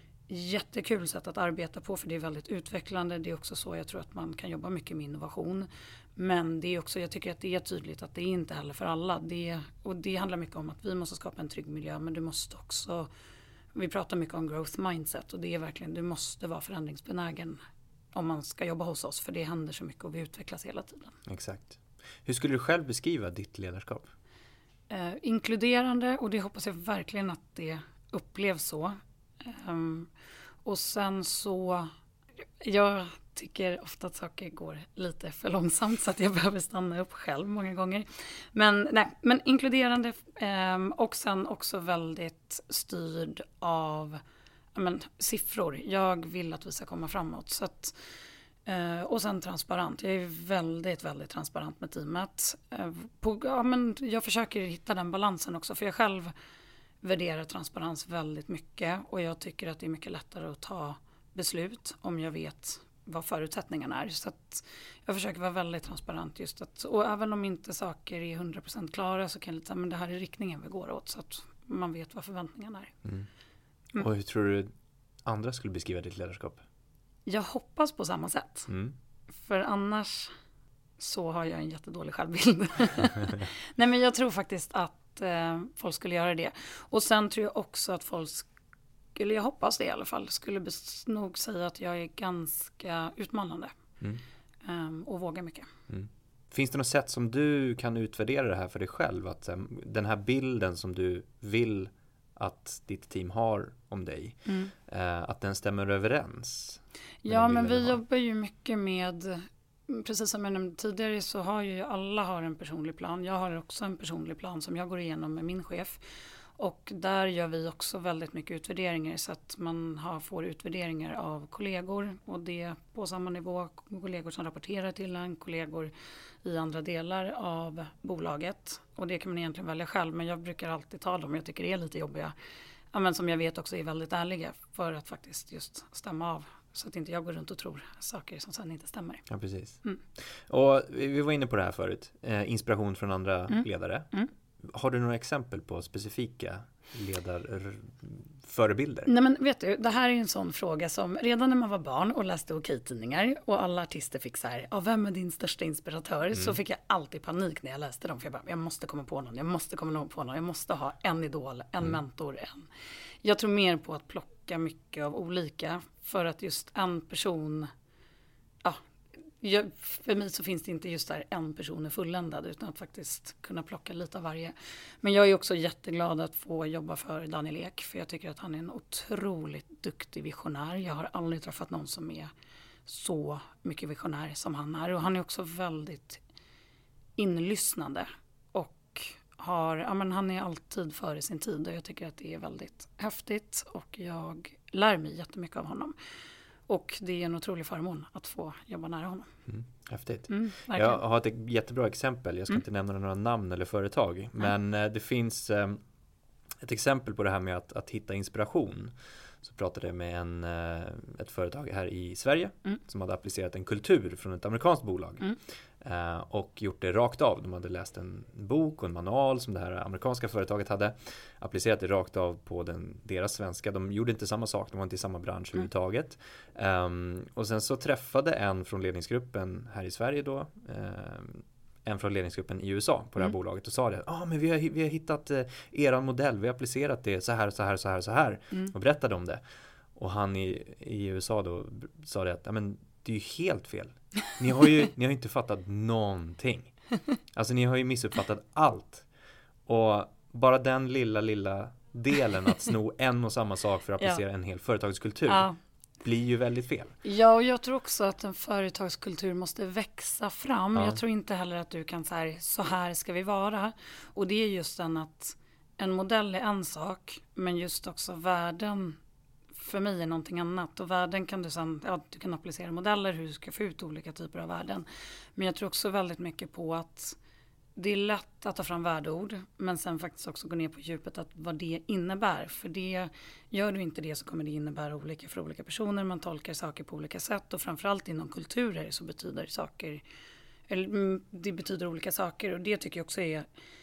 jättekul sätt att arbeta på för det är väldigt utvecklande. Det är också så jag tror att man kan jobba mycket med innovation. Men det är också, jag tycker att det är tydligt att det är inte heller för alla. Det, och det handlar mycket om att vi måste skapa en trygg miljö men du måste också, vi pratar mycket om growth mindset och det är verkligen, du måste vara förändringsbenägen om man ska jobba hos oss för det händer så mycket och vi utvecklas hela tiden. Exakt. Hur skulle du själv beskriva ditt ledarskap? Eh, inkluderande och det hoppas jag verkligen att det upplevs så. Um, och sen så jag tycker ofta att saker går lite för långsamt så att jag behöver stanna upp själv många gånger. Men, nej, men inkluderande um, och sen också väldigt styrd av men, siffror. Jag vill att vi ska komma framåt. Så att, uh, och sen transparent. Jag är väldigt, väldigt transparent med teamet. Uh, på, ja, men jag försöker hitta den balansen också för jag själv värderar transparens väldigt mycket och jag tycker att det är mycket lättare att ta beslut om jag vet vad förutsättningarna är. Så att jag försöker vara väldigt transparent just att, och även om inte saker är hundra procent klara så kan jag lite säga, men det här är riktningen vi går åt så att man vet vad förväntningarna är. Mm. Mm. Och hur tror du andra skulle beskriva ditt ledarskap? Jag hoppas på samma sätt. Mm. För annars så har jag en jättedålig självbild. Nej men jag tror faktiskt att folk skulle göra det. Och sen tror jag också att folk skulle, jag hoppas det i alla fall, skulle nog säga att jag är ganska utmanande. Mm. Um, och vågar mycket. Mm. Finns det något sätt som du kan utvärdera det här för dig själv? Att um, den här bilden som du vill att ditt team har om dig, mm. uh, att den stämmer överens? Ja, men vi jobbar ju mycket med precis som jag nämnde tidigare så har ju alla har en personlig plan. Jag har också en personlig plan som jag går igenom med min chef. Och där gör vi också väldigt mycket utvärderingar så att man har, får utvärderingar av kollegor. Och det på samma nivå, kollegor som rapporterar till en, kollegor i andra delar av bolaget. Och det kan man egentligen välja själv men jag brukar alltid ta dem. Jag tycker det är lite jobbiga. Men som jag vet också är väldigt ärliga för att faktiskt just stämma av. Så att inte jag går runt och tror saker som sen inte stämmer. Ja, precis. Mm. Och vi var inne på det här förut. Eh, inspiration från andra mm. ledare. Mm. Har du några exempel på specifika ledarförebilder? Nej men vet du, det här är en sån fråga som redan när man var barn och läste Okej-tidningar och alla artister fick så här, ja, vem är din största inspiratör? Mm. Så fick jag alltid panik när jag läste dem. För jag bara, jag måste komma på någon, jag måste komma på någon, jag måste ha en idol, en mm. mentor, en. Jag tror mer på att plocka mycket av olika för att just en person, ja, jag, för mig så finns det inte just där en person är fulländad utan att faktiskt kunna plocka lite av varje. Men jag är också jätteglad att få jobba för Daniel Ek, för jag tycker att han är en otroligt duktig visionär. Jag har aldrig träffat någon som är så mycket visionär som han är, och han är också väldigt inlyssnande och har, ja, men han är alltid före sin tid, och jag tycker att det är väldigt häftigt och jag lär mig jättemycket av honom. Och det är en otrolig förmån att få jobba nära honom. Mm, häftigt. Mm, jag har ett jättebra exempel. Jag ska mm. inte nämna några namn eller företag. Mm. Men eh, det finns eh, ett exempel på det här med att, att hitta inspiration. Så pratade jag med en, eh, ett företag här i Sverige mm. som hade applicerat en kultur från ett amerikanskt bolag. Mm. Uh, och gjort det rakt av. De hade läst en bok och en manual som det här amerikanska företaget hade, applicerat det rakt av på den, deras svenska. De gjorde inte samma sak, de var inte i samma bransch mm. överhuvudtaget. Um, och sen så träffade en från ledningsgruppen här i Sverige då, um, en från ledningsgruppen i U S A på det här mm. bolaget och sa det, ja ah, men vi har, vi har hittat uh, eran modell, vi har applicerat det så här, så här, så här, så här mm. och berättade om det. Och han i, i U S A då sa det att, ja men det är ju helt fel. Ni har ju ni har inte fattat någonting. Alltså ni har ju missuppfattat allt. Och bara den lilla, lilla delen att sno en och samma sak för att applicera ja. en hel företagskultur ja. blir ju väldigt fel. Ja, och jag tror också att en företagskultur måste växa fram. Ja. Jag tror inte heller att du kan säga så här ska vi vara. Och det är just den att en modell är en sak, men just också värden för mig är någonting annat, och värden kan du sen, ja, du kan applicera modeller hur du ska få ut olika typer av värden. Men jag tror också väldigt mycket på att det är lätt att ta fram värdeord, men sen faktiskt också gå ner på djupet att vad det innebär. För det, gör du inte det så kommer det innebära olika för olika personer. Man tolkar saker på olika sätt, och framförallt inom kulturer så betyder saker, eller det betyder olika saker, och det tycker jag också är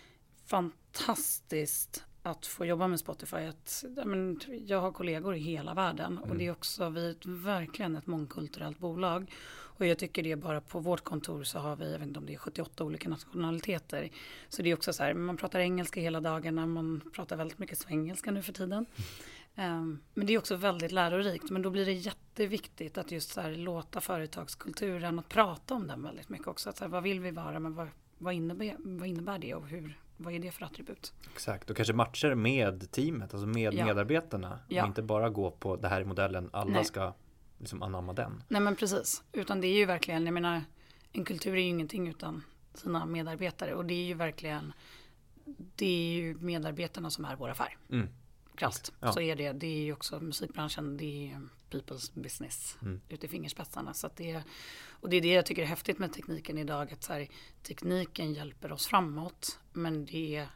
fantastiskt att få jobba med Spotify. Att, ja, men, jag har kollegor i hela världen mm. och det är också vi är verkligen ett mångkulturellt bolag, och jag tycker det är bara på vårt kontor så har vi, jag vet inte om det är sjuttioåtta olika nationaliteter, så det är också så här, man pratar engelska hela dagarna, man pratar väldigt mycket svengelska nu för tiden mm. um, men det är också väldigt lärorikt, men då blir det jätteviktigt att just så här, låta företagskulturen och prata om den väldigt mycket också, att så här, vad vill vi vara, men vad, vad, innebär, vad innebär det och hur, vad är det för attribut? Exakt, och kanske matcher med teamet, alltså med ja. medarbetarna. Ja. Och inte bara gå på det här i modellen, alla Nej. ska liksom anamma den. Nej men precis, utan det är ju verkligen, jag menar, en kultur är ju ingenting utan sina medarbetare, och det är ju verkligen, det är ju medarbetarna som är vår affär. Mm. Krasst, ja. så är det. Det är ju också musikbranschen, det är people's business mm. ute i fingerspetsarna. Så att det, och det är det jag tycker är häftigt med tekniken idag, att så här, tekniken hjälper oss framåt, men det,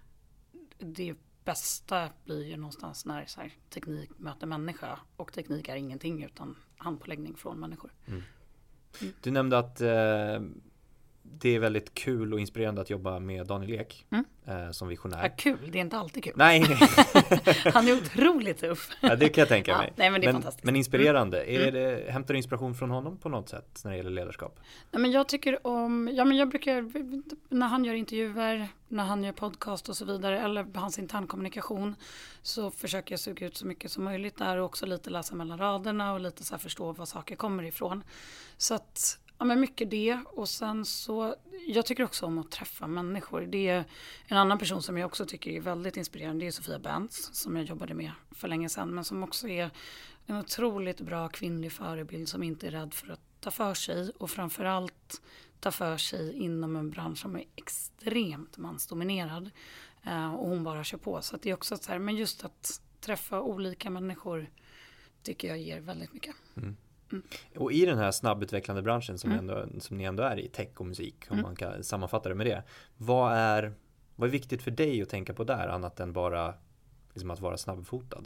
det bästa blir ju någonstans när så här, teknik möter människa, och teknik är ingenting utan handpåläggning från människor. Mm. Mm. Du nämnde att eh, det är väldigt kul och inspirerande att jobba med Daniel Ek mm. eh, som visionär. Ja, kul, det är inte alltid kul. Nej, nej. Han är otroligt tuff. Ja, det kan jag tänka mig. Ja, nej, men det är men, fantastiskt. Men inspirerande. Mm. Är det, hämtar du inspiration från honom på något sätt när det gäller ledarskap? Nej, men jag tycker om, ja men jag brukar, när han gör intervjuer, när han gör podcast och så vidare, eller hans internkommunikation, så försöker jag suga ut så mycket som möjligt där, och också lite läsa mellan raderna och lite så här förstå var saker kommer ifrån. Så att ja, men mycket det, och sen så, jag tycker också om att träffa människor. Det är en annan person som jag också tycker är väldigt inspirerande, det är Sofia Bantz, som jag jobbade med för länge sedan, men som också är en otroligt bra kvinnlig förebild som inte är rädd för att ta för sig, och framförallt ta för sig inom en bransch som är extremt mansdominerad, och hon bara kör på. Så att det är också så här, men just att träffa olika människor tycker jag ger väldigt mycket. Mm. Mm. Och i den här snabbutvecklande branschen som, mm. ändå, som ni ändå är i, tech och musik, om mm. man kan sammanfatta det med det, vad är, vad är viktigt för dig att tänka på där, annat än bara liksom att vara snabbfotad?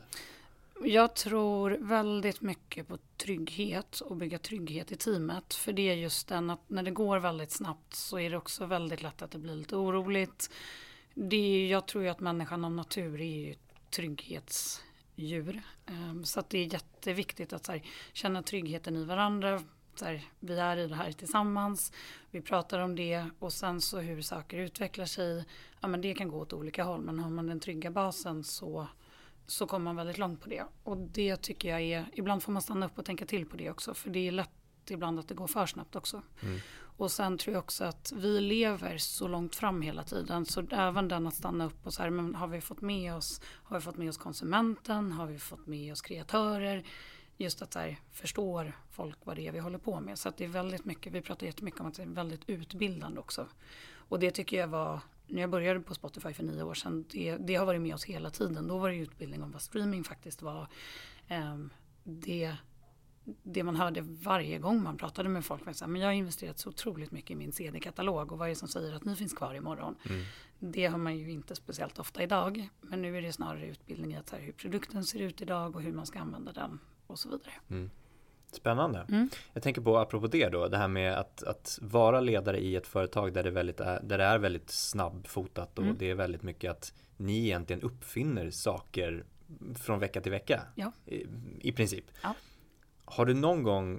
Jag tror väldigt mycket på trygghet och bygga trygghet i teamet, för det är just den att när det går väldigt snabbt så är det också väldigt lätt att det blir lite oroligt. Det är, jag tror ju att människan av natur är ju trygghets djur. Så att det är jätteviktigt att så här, känna tryggheten i varandra. Så här, vi är i det här tillsammans. Vi pratar om det, och sen så hur saker utvecklar sig. Ja, men det kan gå åt olika håll, men har man den trygga basen så, så kommer man väldigt långt på det. Och det tycker jag är, ibland får man stanna upp och tänka till på det också. För det är lätt ibland att det går för snabbt också. Mm. Och sen tror jag också att vi lever så långt fram hela tiden. Så även den att stanna upp och så här, men har vi fått med oss, har vi fått med oss konsumenten, har vi fått med oss kreatörer? Just att så här, förstår folk vad det är vi håller på med. Så att det är väldigt mycket, vi pratar jättemycket om att det är väldigt utbildande också. Och det tycker jag var, när jag började på Spotify för nio år sedan, det, det har varit med oss hela tiden. Då var det utbildning om vad streaming faktiskt var. Um, det, det man hörde varje gång man pratade med folk var så här, men jag har investerat så otroligt mycket i min C D-katalog och vad är det som säger att ni finns kvar imorgon? Mm. Det har man ju inte speciellt ofta idag, men nu är det snarare utbildning i att så här, hur produkten ser ut idag och hur man ska använda den och så vidare. Mm. Spännande. Mm. Jag tänker på, apropå det då, det här med att, att vara ledare i ett företag där det, väldigt är, där det är väldigt snabbfotat och mm. det är väldigt mycket att ni egentligen uppfinner saker från vecka till vecka. Ja. I, i princip. Ja. Har du någon gång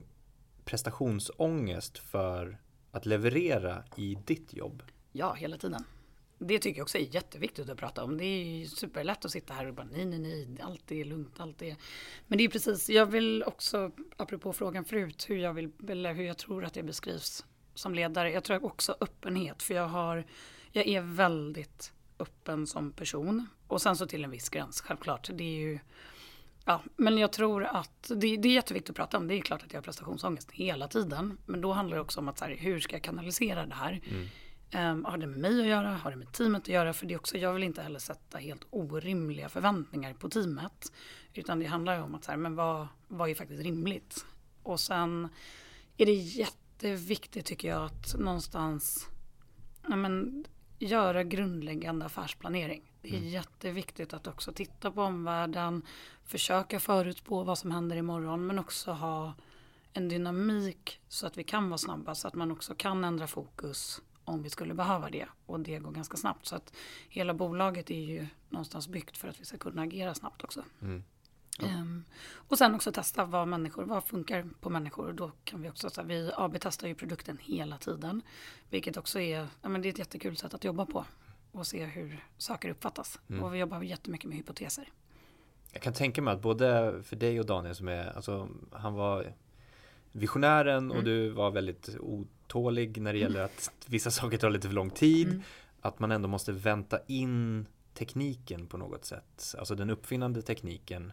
prestationsångest för att leverera i ditt jobb? Ja, hela tiden. Det tycker jag också är jätteviktigt att prata om. Det är ju superlätt att sitta här och bara nej, nej, nej, allt är lugnt, allt är... Men det är precis, jag vill också, apropå frågan förut, hur jag vill, eller hur jag tror att det beskrivs som ledare. Jag tror också öppenhet, för jag har, jag är väldigt öppen som person. Och sen så till en viss gräns, självklart. Det är ju, ja, men jag tror att det, det är jätteviktigt att prata om. Det är klart att jag har prestationsångest hela tiden. Men då handlar det också om att så här, hur ska jag kanalisera det här? Mm. Um, har det med mig att göra? Har det med teamet att göra? För det är också, jag vill inte heller sätta helt orimliga förväntningar på teamet. Utan det handlar ju om att så här, men vad, vad är faktiskt rimligt? Och sen är det jätteviktigt tycker jag att någonstans ja, men, göra grundläggande affärsplanering. Det är mm. jätteviktigt att också titta på omvärlden, försöka förutspå vad som händer imorgon, men också ha en dynamik så att vi kan vara snabba, så att man också kan ändra fokus om vi skulle behöva det. Och det går ganska snabbt. Så att hela bolaget är ju någonstans byggt för att vi ska kunna agera snabbt också. Mm. Ja. Um, och sen också testa vad människor, vad funkar på människor. Och då kan vi också, så här, vi A B-testar ju produkten hela tiden. Vilket också är, ja, men det är ett jättekul sätt att jobba på. Och se hur saker uppfattas. Mm. Och vi jobbar jättemycket med hypoteser. Jag kan tänka mig att både för dig och Daniel som är, alltså han var visionären mm. och du var väldigt otålig när det gäller att vissa saker tar lite för lång tid. Mm. Att man ändå måste vänta in tekniken på något sätt. Alltså den uppfinnande tekniken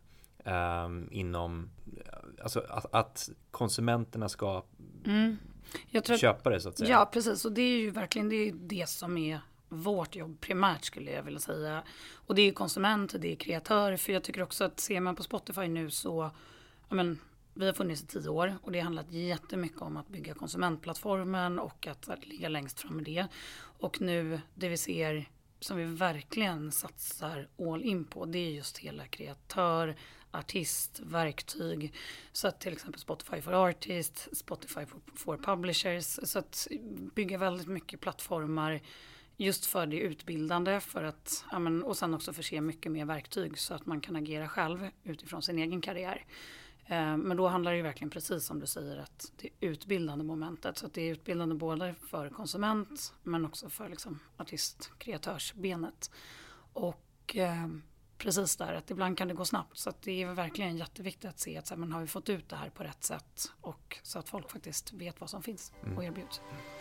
um, inom, alltså att, att konsumenterna ska mm. Jag tror köpa det så att säga. Ja, precis. Och det är ju verkligen det, är det som är vårt jobb primärt skulle jag vilja säga. Och det är konsument och det är kreatör. För jag tycker också att ser man på Spotify nu så, ja men vi har funnits i tio år och det har handlat jättemycket om att bygga konsumentplattformen och att, att ligga längst fram med det. Och nu det vi ser som vi verkligen satsar all in på, det är just hela kreatör, artist, verktyg. Så att till exempel Spotify for Artists, Spotify for Publishers. Så att bygga väldigt mycket plattformar just för det utbildande, för att, ja men, och sen också förse mycket mer verktyg så att man kan agera själv utifrån sin egen karriär. Men då handlar det ju verkligen precis som du säger att det är utbildande momentet. Så att det är utbildande både för konsument men också för liksom artist, kreatörsbenet. Och eh, precis där att ibland kan det gå snabbt. Så att det är verkligen jätteviktigt att se att så här, man har vi fått ut det här på rätt sätt. Och så att folk faktiskt vet vad som finns mm. och erbjuds.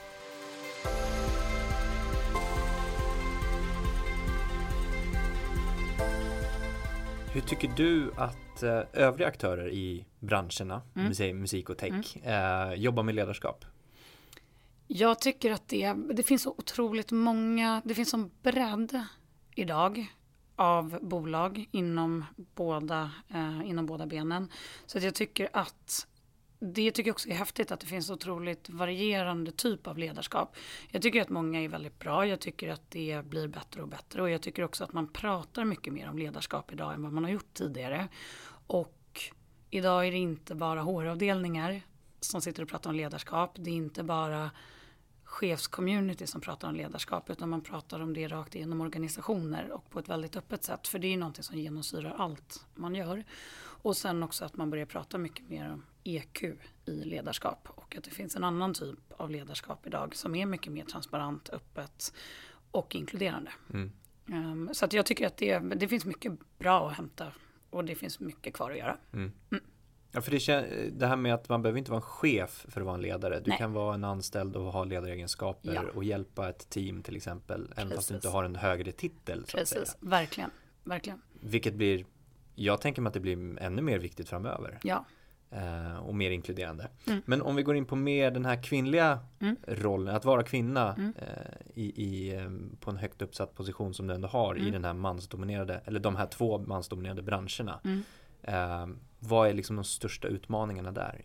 Hur tycker du att eh, övriga aktörer i branscherna, mm. musik, musik och tech, mm. eh, jobbar med ledarskap? Jag tycker att det, det finns så otroligt många, det finns som bredd idag av bolag inom båda, eh, inom båda benen. Så att jag tycker att det tycker jag också är häftigt att det finns otroligt varierande typ av ledarskap. Jag tycker att många är väldigt bra. Jag tycker att det blir bättre och bättre. Och jag tycker också att man pratar mycket mer om ledarskap idag än vad man har gjort tidigare. Och idag är det inte bara H R-avdelningar som sitter och pratar om ledarskap. Det är inte bara chefscommunity som pratar om ledarskap, utan man pratar om det rakt igenom organisationer och på ett väldigt öppet sätt. För det är någonting som genomsyrar allt man gör. Och sen också att man börjar prata mycket mer om E Q i ledarskap och att det finns en annan typ av ledarskap idag som är mycket mer transparent, öppet och inkluderande. Mm. Um, så att jag tycker att det, det finns mycket bra att hämta och det finns mycket kvar att göra. Mm. Mm. Ja, för det, kän- det här med att man behöver inte vara en chef för att vara en ledare. Du Nej. kan vara en anställd och ha ledaregenskaper Ja. och hjälpa ett team till exempel. Även Precis. fast du inte har en högre titel. Så Precis, att säga. verkligen. verkligen. Vilket blir, jag tänker mig att det blir ännu mer viktigt framöver. Ja. Eh, och mer inkluderande. Mm. Men om vi går in på mer den här kvinnliga Mm. rollen, att vara kvinna Mm. eh, i, i, eh, på en högt uppsatt position som du ändå har Mm. i den här mansdominerade, eller de här två mansdominerade branscherna. Mm. Eh, vad är liksom de största utmaningarna där?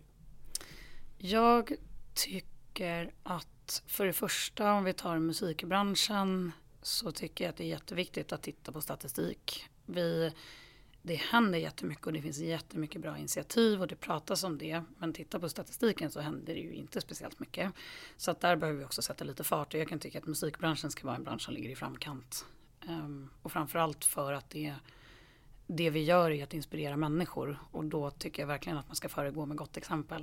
Jag tycker att för det första, om vi tar musikbranschen, så tycker jag att det är jätteviktigt att titta på statistik. Vi, det händer jättemycket och det finns jättemycket bra initiativ och det pratas om det. Men titta på statistiken så händer det ju inte speciellt mycket. Så att där behöver vi också sätta lite fart. Och jag kan tycka att musikbranschen ska vara en bransch som ligger i framkant. Um, och framförallt för att det, det vi gör är att inspirera människor. Och då tycker jag verkligen att man ska föregå med gott exempel.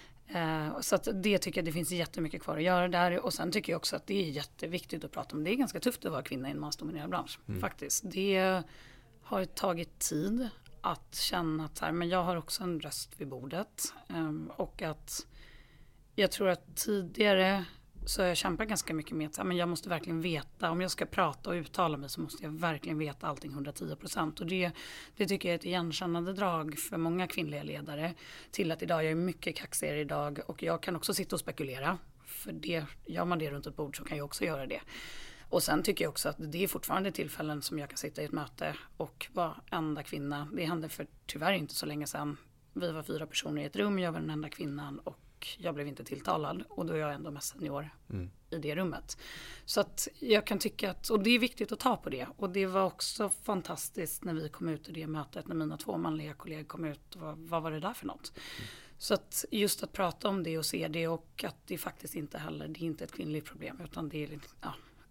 Uh, så att det tycker jag det finns jättemycket kvar att göra där. Och sen tycker jag också att det är jätteviktigt att prata om. Det är ganska tufft att vara kvinna i en mansdominerad bransch. Mm. Faktiskt. Det har tagit tid att känna att så här, men jag har också en röst vid bordet. Um, och att jag tror att tidigare så har jag kämpat ganska mycket med att så här, men jag måste verkligen veta. Om jag ska prata och uttala mig så måste jag verkligen veta allting hundratio procent. Och det, det tycker jag är ett igenkännande drag för många kvinnliga ledare. Till att idag, jag är mycket kaxigare idag och jag kan också sitta och spekulera. För det, gör man det runt ett bord så kan jag också göra det. Och sen tycker jag också att det är fortfarande tillfällen som jag kan sitta i ett möte och vara enda kvinna. Det hände för tyvärr inte så länge sedan. Vi var fyra personer i ett rum, jag var den enda kvinnan och jag blev inte tilltalad. Och då är jag ändå mest senior mm. i det rummet. Så att jag kan tycka att, och det är viktigt att ta på det. Och det var också fantastiskt när vi kom ut i det mötet, när mina två manliga kollegor kom ut. Vad, vad var det där för något? Mm. Så att just att prata om det och se det och att det faktiskt inte heller, det är inte ett kvinnligt problem utan det är, ja.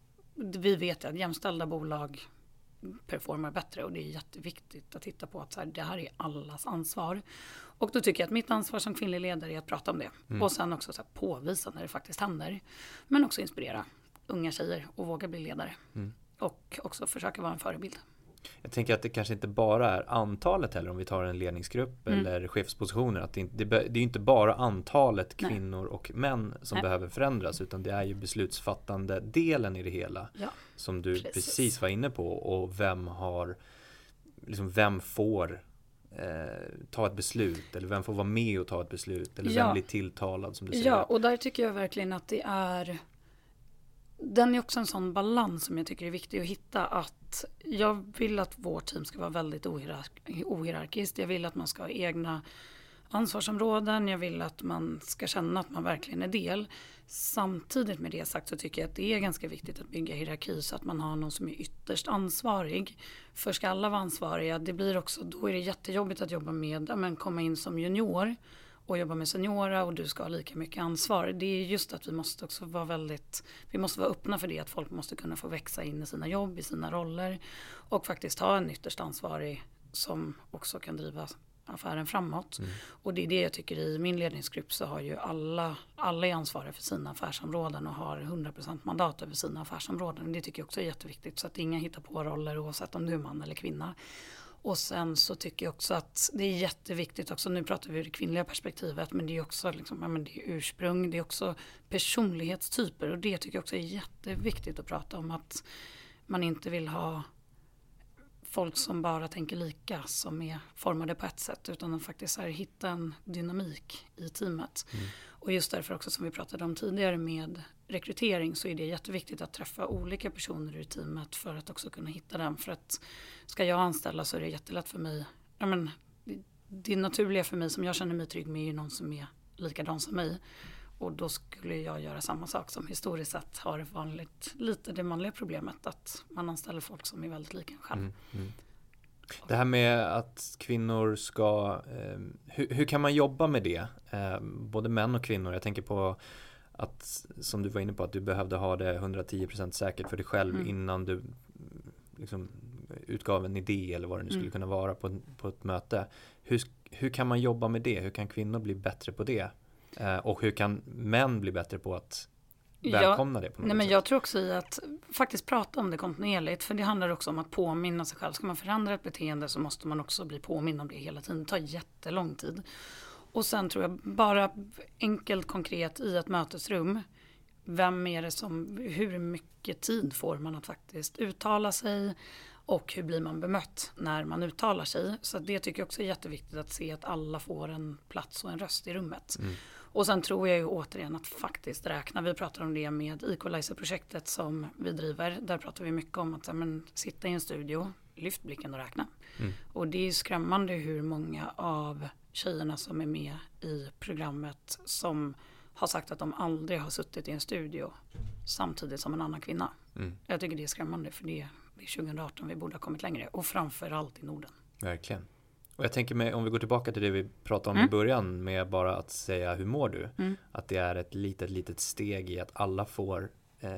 Vi vet att jämställda bolag performar bättre och det är jätteviktigt att titta på att så här, det här är allas ansvar. Och då tycker jag att mitt ansvar som kvinnlig ledare är att prata om det. Mm. Och sen också så här, påvisa när det faktiskt händer. Men också inspirera unga tjejer och våga bli ledare. Mm. Och också försöka vara en förebild. Jag tänker att det kanske inte bara är antalet heller om vi tar en ledningsgrupp mm. eller chefspositioner. Att det, inte, det är ju inte bara antalet kvinnor Nej. och män som Nej. behöver förändras utan det är ju beslutsfattande delen i det hela ja, som du precis. precis var inne på och vem har liksom vem får eh, ta ett beslut eller vem får vara med och ta ett beslut eller ja. vem blir tilltalad som du säger. Ja, och där tycker jag verkligen att det är den är också en sån balans som jag tycker är viktig att hitta att jag vill att vårt team ska vara väldigt ohierark- ohierarkiskt. Jag vill att man ska ha egna ansvarsområden. Jag vill att man ska känna att man verkligen är del. Samtidigt med det sagt så tycker jag att det är ganska viktigt att bygga hierarki så att man har någon som är ytterst ansvarig. För ska alla vara ansvariga, det blir också, då är det jättejobbigt att jobba med, ja, men komma in som junior och jobba med seniora och du ska ha lika mycket ansvar. Det är just att vi måste också vara väldigt, vi måste vara öppna för det att folk måste kunna få växa in i sina jobb, i sina roller och faktiskt ha en ytterst ansvarig som också kan driva affären framåt. Mm. Och det är det jag tycker i min ledningsgrupp så har ju alla, alla är ansvariga för sina affärsområden och har hundra procent mandat över sina affärsområden. Det tycker jag också är jätteviktigt så att inga hittar på roller oavsett om du är man eller kvinna. Och sen så tycker jag också att det är jätteviktigt också, nu pratar vi ur det kvinnliga perspektivet, men det är också liksom, ja, men det är ursprung, det är också personlighetstyper och det tycker jag också är jätteviktigt att prata om att man inte vill ha folk som bara tänker lika som är formade på ett sätt utan att faktiskt här, hitta en dynamik i teamet. Mm. Och just därför också som vi pratade om tidigare med rekrytering så är det jätteviktigt att träffa olika personer i teamet för att också kunna hitta dem. För att ska jag anställa så är det jättelätt för mig. Ja, men, det, det naturliga för mig som jag känner mig trygg med är ju någon som är likadan som mig. Och då skulle jag göra samma sak som historiskt sett har vanligt lite det manliga problemet att man anställer folk som är väldigt lika en själv. Mm, mm. Det här med att kvinnor ska, eh, hur, hur kan man jobba med det? Eh, både män och kvinnor. Jag tänker på att, som du var inne på, att du behövde ha det hundratio procent säkert för dig själv mm. innan du liksom utgav en idé eller vad det nu skulle mm. kunna vara på, på ett möte. Hur, hur kan man jobba med det? Hur kan kvinnor bli bättre på det? Eh, och hur kan män bli bättre på att välkomna det på något nej, men sätt. Jag tror också i att faktiskt prata om det kontinuerligt, för det handlar också om att påminna sig själv. Ska man förändra ett beteende så måste man också bli påmind om det hela tiden. Det tar jättelång tid. Och sen tror jag bara enkelt konkret i ett mötesrum, vem är det som, hur mycket tid får man att faktiskt uttala sig och hur blir man bemött när man uttalar sig. Så det tycker jag också är jätteviktigt att se att alla får en plats och en röst i rummet. Mm. Och sen tror jag ju återigen att faktiskt räkna. Vi pratar om det med Equalizer-projektet som vi driver. Där pratar vi mycket om att men, sitta i en studio, lyft blicken och räkna. Mm. Och det är skrämmande hur många av tjejerna som är med i programmet som har sagt att de aldrig har suttit i en studio samtidigt som en annan kvinna. Mm. Jag tycker det är skrämmande för det, det är tjugo arton vi borde ha kommit längre. Och framförallt i Norden. Verkligen. Och jag tänker med, om vi går tillbaka till det vi pratade om mm. i början med bara att säga hur mår du? Mm. Att det är ett litet, litet steg i att alla får eh,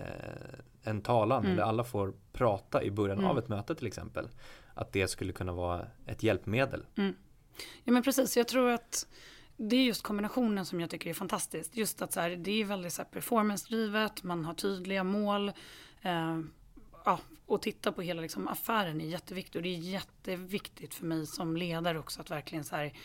en talan mm. eller alla får prata i början mm. av ett möte till exempel. Att det skulle kunna vara ett hjälpmedel. Mm. Ja men precis, jag tror att det är just kombinationen som jag tycker är fantastiskt. Just att så här, det är väldigt så här performance-drivet, man har tydliga mål. Eh, ja, och titta på hela liksom, affären är jätteviktigt. Och det är jätteviktigt för mig som ledare också att verkligen så här,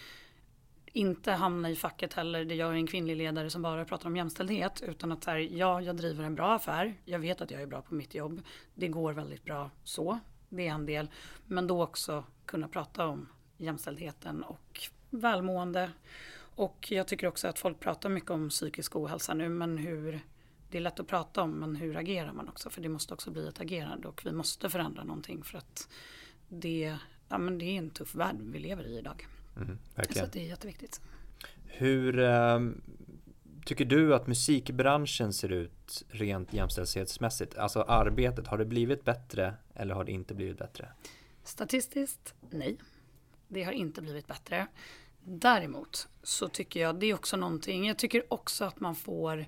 inte hamna i facket heller. Det jag är en kvinnlig ledare som bara pratar om jämställdhet. Utan att så här, ja, jag driver en bra affär. Jag vet att jag är bra på mitt jobb. Det går väldigt bra så. Det är en del. Men då också kunna prata om jämställdheten och välmående. Och jag tycker också att folk pratar mycket om psykisk ohälsa nu, men hur det är lätt att prata om, men hur agerar man också? För det måste också bli ett agerande och vi måste förändra någonting för att det, ja, men det är en tuff värld vi lever i idag. Mm, verkligen. Så det är jätteviktigt. Hur äh, tycker du att musikbranschen ser ut rent jämställdhetsmässigt? Alltså arbetet, har det blivit bättre eller har det inte blivit bättre? Statistiskt, nej. Det har inte blivit bättre. Däremot så tycker jag det är också någonting. Jag tycker också att man får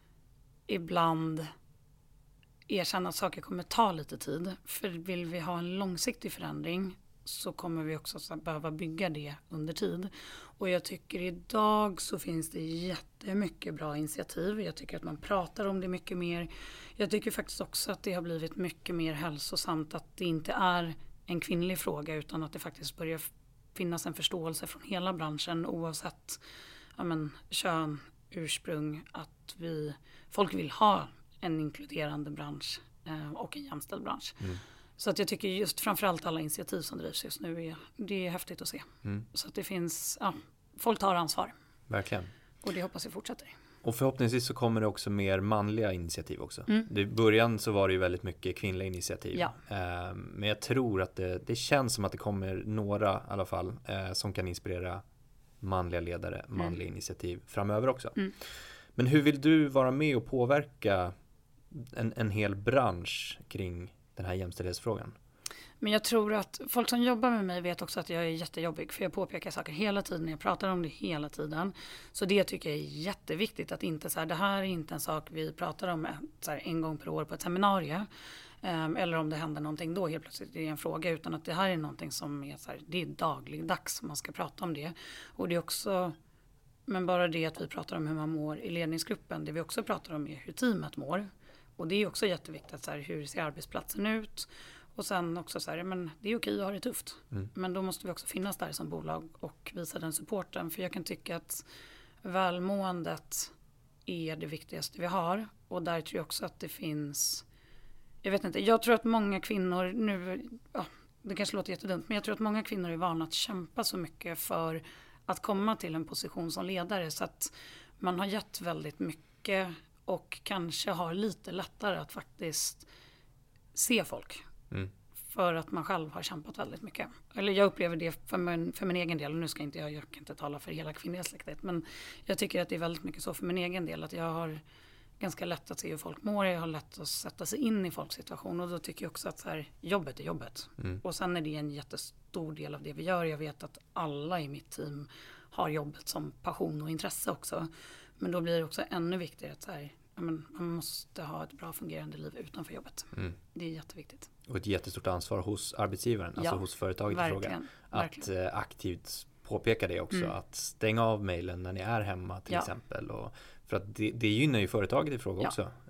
ibland erkänna att saker kommer ta lite tid. För vill vi ha en långsiktig förändring så kommer vi också behöva bygga det under tid. Och jag tycker idag så finns det jättemycket bra initiativ. Jag tycker att man pratar om det mycket mer. Jag tycker faktiskt också att det har blivit mycket mer hälsosamt att det inte är en kvinnlig fråga utan att det faktiskt börjar finnas en förståelse från hela branschen oavsett ja men, kön, ursprung, att vi, folk vill ha en inkluderande bransch eh, och en jämställd bransch. Mm. Så att jag tycker just framförallt alla initiativ som drivs just nu är, det är häftigt att se. Mm. Så att det finns, ja, folk tar ansvar. Verkligen. Och det hoppas jag fortsätter. Och förhoppningsvis så kommer det också mer manliga initiativ också. Mm. I början så var det ju väldigt mycket kvinnliga initiativ. Ja. Eh, men jag tror att det, det känns som att det kommer några i alla fall eh, som kan inspirera manliga ledare, manliga mm. initiativ framöver också. Mm. Men hur vill du vara med och påverka en, en hel bransch kring den här jämställdhetsfrågan? Men jag tror att folk som jobbar med mig vet också att jag är jättejobbig. För jag påpekar saker hela tiden. Jag pratar om det hela tiden. Så det tycker jag är jätteviktigt. Att inte så här, det här är inte en sak vi pratar om så här, en gång per år på ett seminarium. Um, eller om det händer någonting då helt plötsligt är det en fråga. Utan att det här är någonting som är så här, det är dagligdags man ska prata om det. Och det är också, men bara det att vi pratar om hur man mår i ledningsgruppen. Det vi också pratar om är hur teamet mår. Och det är också jätteviktigt. Så här, hur ser arbetsplatsen ut? Och sen också så här, men det är okej att ha det tufft. Mm. Men då måste vi också finnas där som bolag och visa den supporten. För jag kan tycka att välmåendet är det viktigaste vi har. Och där tror jag också att det finns, jag vet inte, jag tror att många kvinnor nu, ja, det kanske låter jättedumt, men jag tror att många kvinnor är vana att kämpa så mycket för att komma till en position som ledare. Så att man har gett väldigt mycket och kanske har lite lättare att faktiskt se folk. Mm. För att man själv har kämpat väldigt mycket. Eller jag upplever det för min, för min egen del. Och nu ska inte jag, jag kan inte tala för hela kvinnliga släktet. Men jag tycker att det är väldigt mycket så för min egen del. Att jag har ganska lätt att se hur folk mår. Jag har lätt att sätta sig in i folks situation. Och då tycker jag också att så här, jobbet är jobbet. Mm. Och sen är det en jättestor del av det vi gör. Jag vet att alla i mitt team har jobbet som passion och intresse också. Men då blir det också ännu viktigare att så här, men man måste ha ett bra fungerande liv utanför jobbet. Mm. Det är jätteviktigt. Och ett jättestort ansvar hos arbetsgivaren, ja, alltså hos företaget i fråga. Att verkligen. aktivt påpeka det också. Mm. Att stänga av mejlen när ni är hemma till ja. exempel. Och för att det, det gynnar ju företaget i fråga ja. också.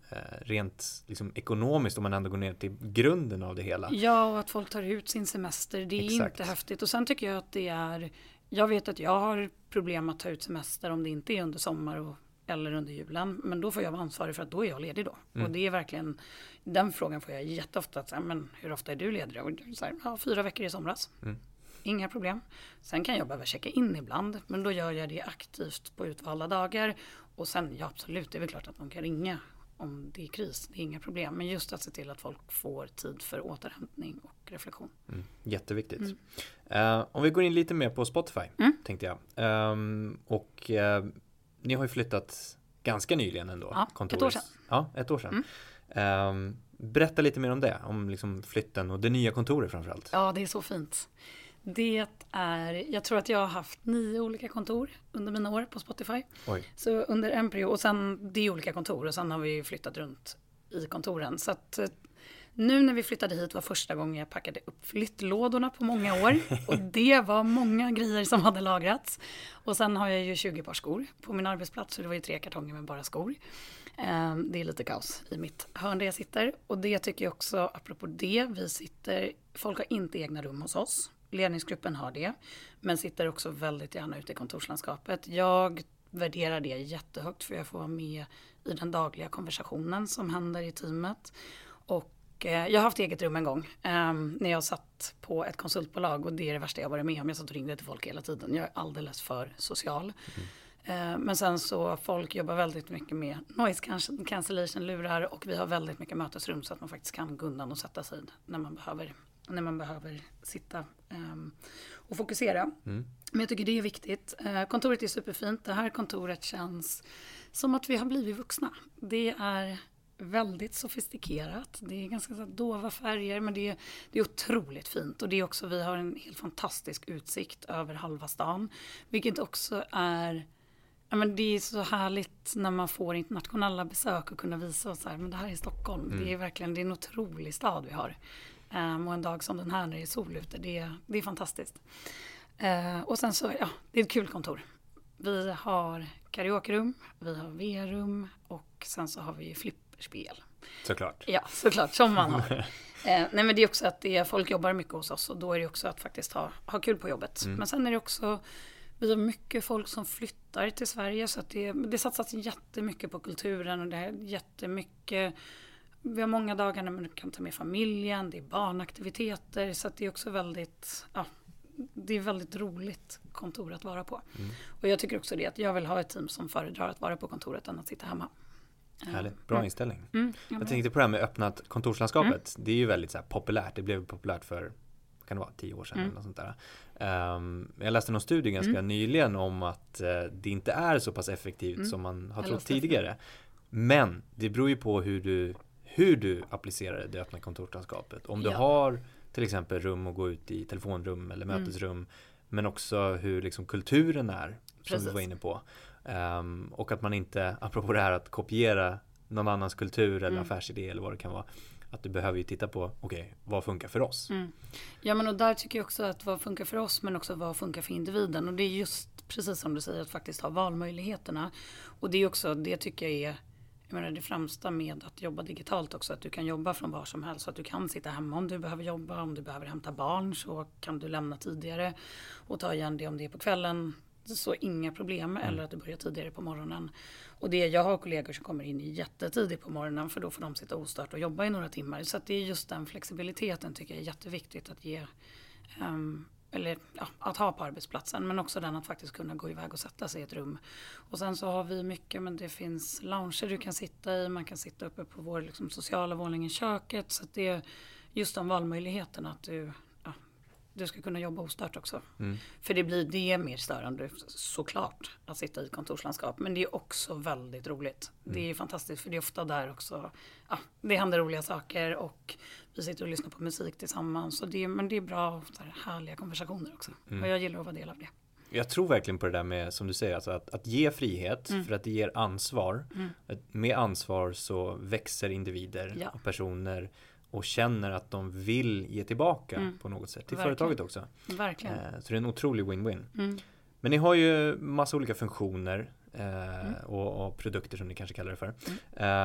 eh, rent liksom, ekonomiskt om man ändå går ner till grunden av det hela. Ja, och att folk tar ut sin semester, det är Exakt. inte häftigt. Och sen tycker jag att det är, jag vet att jag har problem att ta ut semester om det inte är under sommar och, eller under julen. Men då får jag vara ansvarig för att då är jag ledig då. Mm. Och det är verkligen, den frågan får jag jätteofta, att, men hur ofta är du ledig? Och så här, ja, fyra veckor i somras. Mm. Inga problem. Sen kan jag behöva checka in ibland, men då gör jag det aktivt på utvalda dagar. Och sen, ja absolut, det är väl klart att de kan ringa om det är kris, det är inga problem. Men just att se till att folk får tid för återhämtning och reflektion. Mm, jätteviktigt. Mm. Uh, om vi går in lite mer på Spotify, mm. tänkte jag. Um, och uh, ni har ju flyttat ganska nyligen ändå. Ja, kontoret. ett år sedan. Ja, ett år sedan. Mm. Um, berätta lite mer om det, om liksom flytten och det nya kontoret framförallt. Ja, det är så fint. Det är, jag tror att jag har haft nio olika kontor under mina år på Spotify. Oj. Så under en period, och sen det är olika kontor och sen har vi flyttat runt i kontoren. Så att nu när vi flyttade hit var första gången jag packade upp flyttlådorna på många år. Och det var många grejer som hade lagrats. Och sen har jag ju tjugo par skor på min arbetsplats, så det var ju tre kartonger med bara skor. Det är lite kaos i mitt hörn där jag sitter. Och det tycker jag också, apropå det, vi sitter, folk har inte egna rum hos oss. Ledningsgruppen har det, men sitter också väldigt gärna ute i kontorslandskapet. Jag värderar det jättehögt för jag får vara med i den dagliga konversationen som händer i teamet. Och eh, jag har haft eget rum en gång eh, när jag satt på ett konsultbolag, och det är det värsta jag varit med om. Jag satt och ringde till folk hela tiden. Jag är alldeles för social. Mm. Eh, men sen så folk jobbar väldigt mycket med noise cancellation-lurar, och vi har väldigt mycket mötesrum så att man faktiskt kan gå undan och sätta sig när man behöver när man behöver sitta um, och fokusera. Mm. Men jag tycker det är viktigt. Uh, kontoret är superfint. Det här kontoret känns som att vi har blivit vuxna. Det är väldigt sofistikerat. Det är ganska så dova färger, men det är, det är otroligt fint. Och det är också, vi har en helt fantastisk utsikt över halva stan. Vilket också är, ja, men det är så härligt när man får internationella besök och kunna visa oss här, men det här är Stockholm. Mm. Det är verkligen, det är en otrolig stad vi har. Um, och en dag som den här när det är sol ute, det, det är fantastiskt. Uh, och sen så, ja, det är ett kul kontor. Vi har karaokerum, vi har V R-rum och sen så har vi flipperspel. Såklart. Ja, såklart, som man har. uh, nej men det är också att det är, folk jobbar mycket hos oss, och då är det också att faktiskt ha, ha kul på jobbet. Mm. Men sen är det också, vi har mycket folk som flyttar till Sverige, så att det, det satsas jättemycket på kulturen, och det är jättemycket. Vi har många dagar när man kan ta med familjen, det är barnaktiviteter, så att det är också väldigt, ja, det är väldigt roligt kontor att vara på. Mm. Och jag tycker också det, att jag vill ha ett team som föredrar att vara på kontoret än att sitta hemma. Härligt, bra mm. inställning. Mm, jag jag tänkte på det här med öppnat kontorslandskapet. Mm. Det är ju väldigt så här populärt, det blev populärt för, kan det vara, tio år sedan mm. eller något sånt där. Um, jag läste någon studie ganska mm. nyligen om att uh, det inte är så pass effektivt mm. som man har trott tidigare. Men det beror ju på hur du hur du applicerar det öppna kontorslandskapet. Om du ja. har till exempel rum att gå ut i, telefonrum eller mötesrum, mm. men också hur liksom kulturen är, som vi var inne på. Um, och att man inte, apropå det här att kopiera någon annans kultur eller mm. affärsidé eller vad det kan vara, att du behöver ju titta på, okej, okay, vad funkar för oss? Mm. Ja, men och där tycker jag också att vad funkar för oss, men också vad funkar för individen. Och det är just precis som du säger, att faktiskt ha valmöjligheterna. Och det är också, det tycker jag är, jag menar, det främsta med att jobba digitalt också, att du kan jobba från var som helst, så att du kan sitta hemma om du behöver jobba, om du behöver hämta barn så kan du lämna tidigare och ta igen det om det är på kvällen, så inga problem, mm. eller att du börjar tidigare på morgonen. Och det, jag har kollegor som kommer in jättetidigt på morgonen, för då får de sitta ostört och jobba i några timmar, så att det är just den flexibiliteten tycker jag är jätteviktigt att ge, um, eller ja, att ha på arbetsplatsen, men också den att faktiskt kunna gå iväg och sätta sig i ett rum. Och sen så har vi mycket, men det finns lounger du kan sitta i, man kan sitta uppe på vår liksom, sociala våning i köket, så att det är just de valmöjligheterna att du, ja, du ska kunna jobba ostört också. Mm. För det blir det mer störande såklart att sitta i kontorslandskap, men det är också väldigt roligt. Mm. Det är fantastiskt, för det är ofta där också, ja, det händer roliga saker och vi sitter och lyssnar på musik tillsammans. Så det, men det är bra, så här, härliga konversationer också. Mm. Och jag gillar att vara del av det. Jag tror verkligen på det där med, som du säger, alltså att, att ge frihet, mm. för att det ger ansvar. Mm. Med ansvar så växer individer ja. och personer och känner att de vill ge tillbaka mm. på något sätt till verkligen. företaget också. Verkligen. Eh, så det är en otrolig win-win. Mm. Men ni har ju massa olika funktioner eh, mm. och, och produkter som ni kanske kallar det för. Mm. Eh,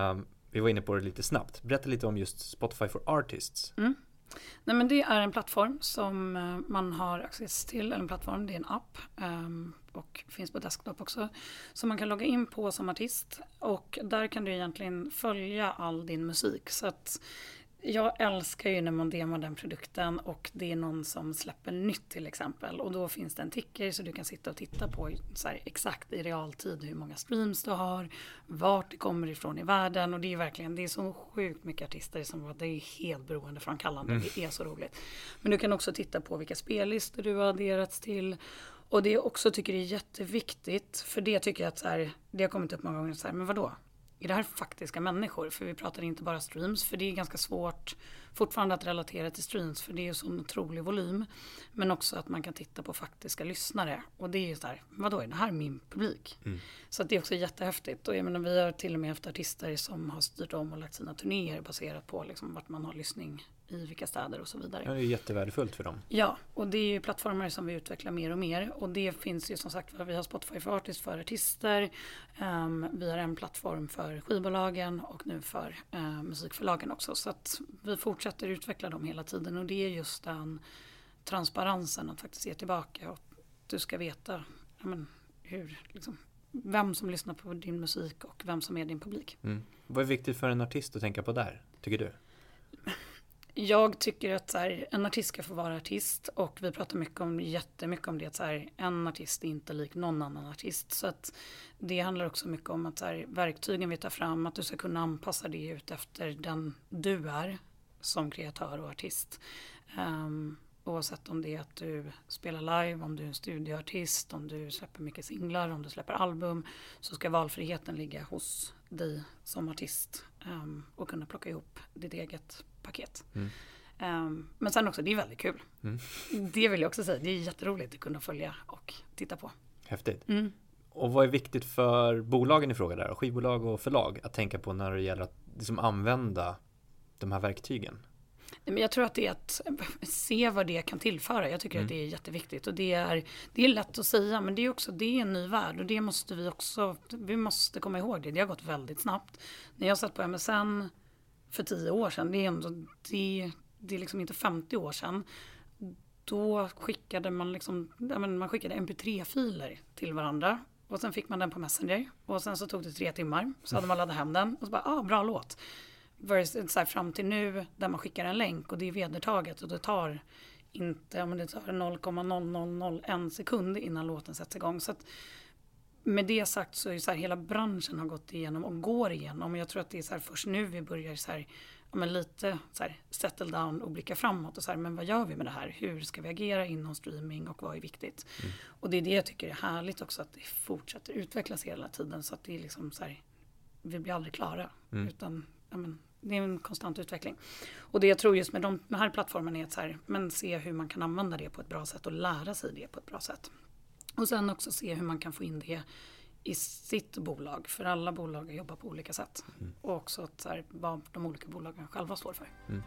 Vi var inne på det lite snabbt. Berätta lite om just Spotify for Artists. Mm. Nej, men det är en plattform som man har access till. En plattform, det är en app um, och finns på desktop också. Som man kan logga in på som artist. Och där kan du egentligen följa all din musik. Så att jag älskar ju när man demar den produkten och det är någon som släpper nytt till exempel. Och då finns det en ticker så du kan sitta och titta på så här, exakt i realtid hur många streams du har, vart det kommer ifrån i världen. Och det är verkligen, det är så sjukt mycket artister som det är helt beroendeframkallande. Mm. Det är så roligt. Men du kan också titta på vilka spellistor du har adderats till. Och det jag också tycker är jätteviktigt, för det tycker jag att så här, det har kommit upp många gånger så här, men vadå? Är det här faktiska människor? För vi pratar inte bara streams, för det är ganska svårt fortfarande att relatera till streams, för det är ju sån otrolig volym. Men också att man kan titta på faktiska lyssnare. Och det är ju så här, vadå, är det här min publik? Mm. Så att det är också jättehäftigt. Och jag menar, vi har till och med haft artister som har styrt om och lagt sina turnéer baserat på liksom vart man har lyssning i vilka städer och så vidare. Ja, det är jättevärdefullt för dem. Ja, och det är ju plattformar som vi utvecklar mer och mer. Och det finns ju som sagt, vi har Spotify for Artists för artister. Um, vi har en plattform för skivbolagen och nu för uh, musikförlagen också. Så att vi fortsätter utveckla dem hela tiden. Och det är just den transparensen att faktiskt se tillbaka. Och du ska veta ja, men, hur, liksom, vem som lyssnar på din musik och vem som är din publik. Mm. Vad är viktigt för en artist att tänka på där, tycker du? Jag tycker att så här, en artist ska få vara artist och vi pratar mycket om, jättemycket om det att så här, en artist är inte lik någon annan artist. Så att det handlar också mycket om att så här, verktygen vi tar fram, att du ska kunna anpassa det ut efter den du är som kreatör och artist. Um, oavsett om det är att du spelar live, om du är en studioartist, om du släpper mycket singlar, om du släpper album, så ska valfriheten ligga hos dig som artist um, och kunna plocka ihop ditt eget paket. Mm. Um, men sen också, det är väldigt kul. Mm. Det vill jag också säga, det är jätteroligt att kunna följa och titta på. Häftigt. Mm. Och vad är viktigt för bolagen i fråga där, skivbolag och förlag, att tänka på när det gäller att liksom använda de här verktygen? Men jag tror att det är att se vad det kan tillföra. Jag tycker mm. att det är jätteviktigt. Och det är, det är lätt att säga, men det är också det är en ny värld. Och det måste vi också, vi måste komma ihåg det. Det har gått väldigt snabbt. När jag satt på M S N för tio år sedan, det är ändå, det, det är liksom inte femtio år sedan. Då skickade man liksom, ja, men man skickade M P tre-filer till varandra. Och sen fick man den på Messenger. Och sen så tog det tre timmar. Så hade man laddat hem den. Och så bara, ah, bra låt. Så här, fram till nu där man skickar en länk och det är vedertaget och det tar inte, men det tar noll komma noll noll noll en sekund innan låten sätts igång. Så att med det sagt så är så här, hela branschen har gått igenom och går igenom. Och jag tror att det är så här, först nu vi börjar så här, ja, men lite så här, settle down och blicka framåt och så här, men vad gör vi med det här? Hur ska vi agera inom streaming och vad är viktigt? Mm. Och det är det jag tycker är härligt också, att det fortsätter utvecklas hela tiden så att det är liksom så här, vi blir aldrig klara mm. utan ja, men, det är en konstant utveckling. Och det jag tror just med de med här plattformen är att så här, men se hur man kan använda det på ett bra sätt och lära sig det på ett bra sätt. Och sen också se hur man kan få in det i sitt bolag. För alla bolag jobbar på olika sätt. Mm. Och också att så här, vad de olika bolagen själva står för. Mm.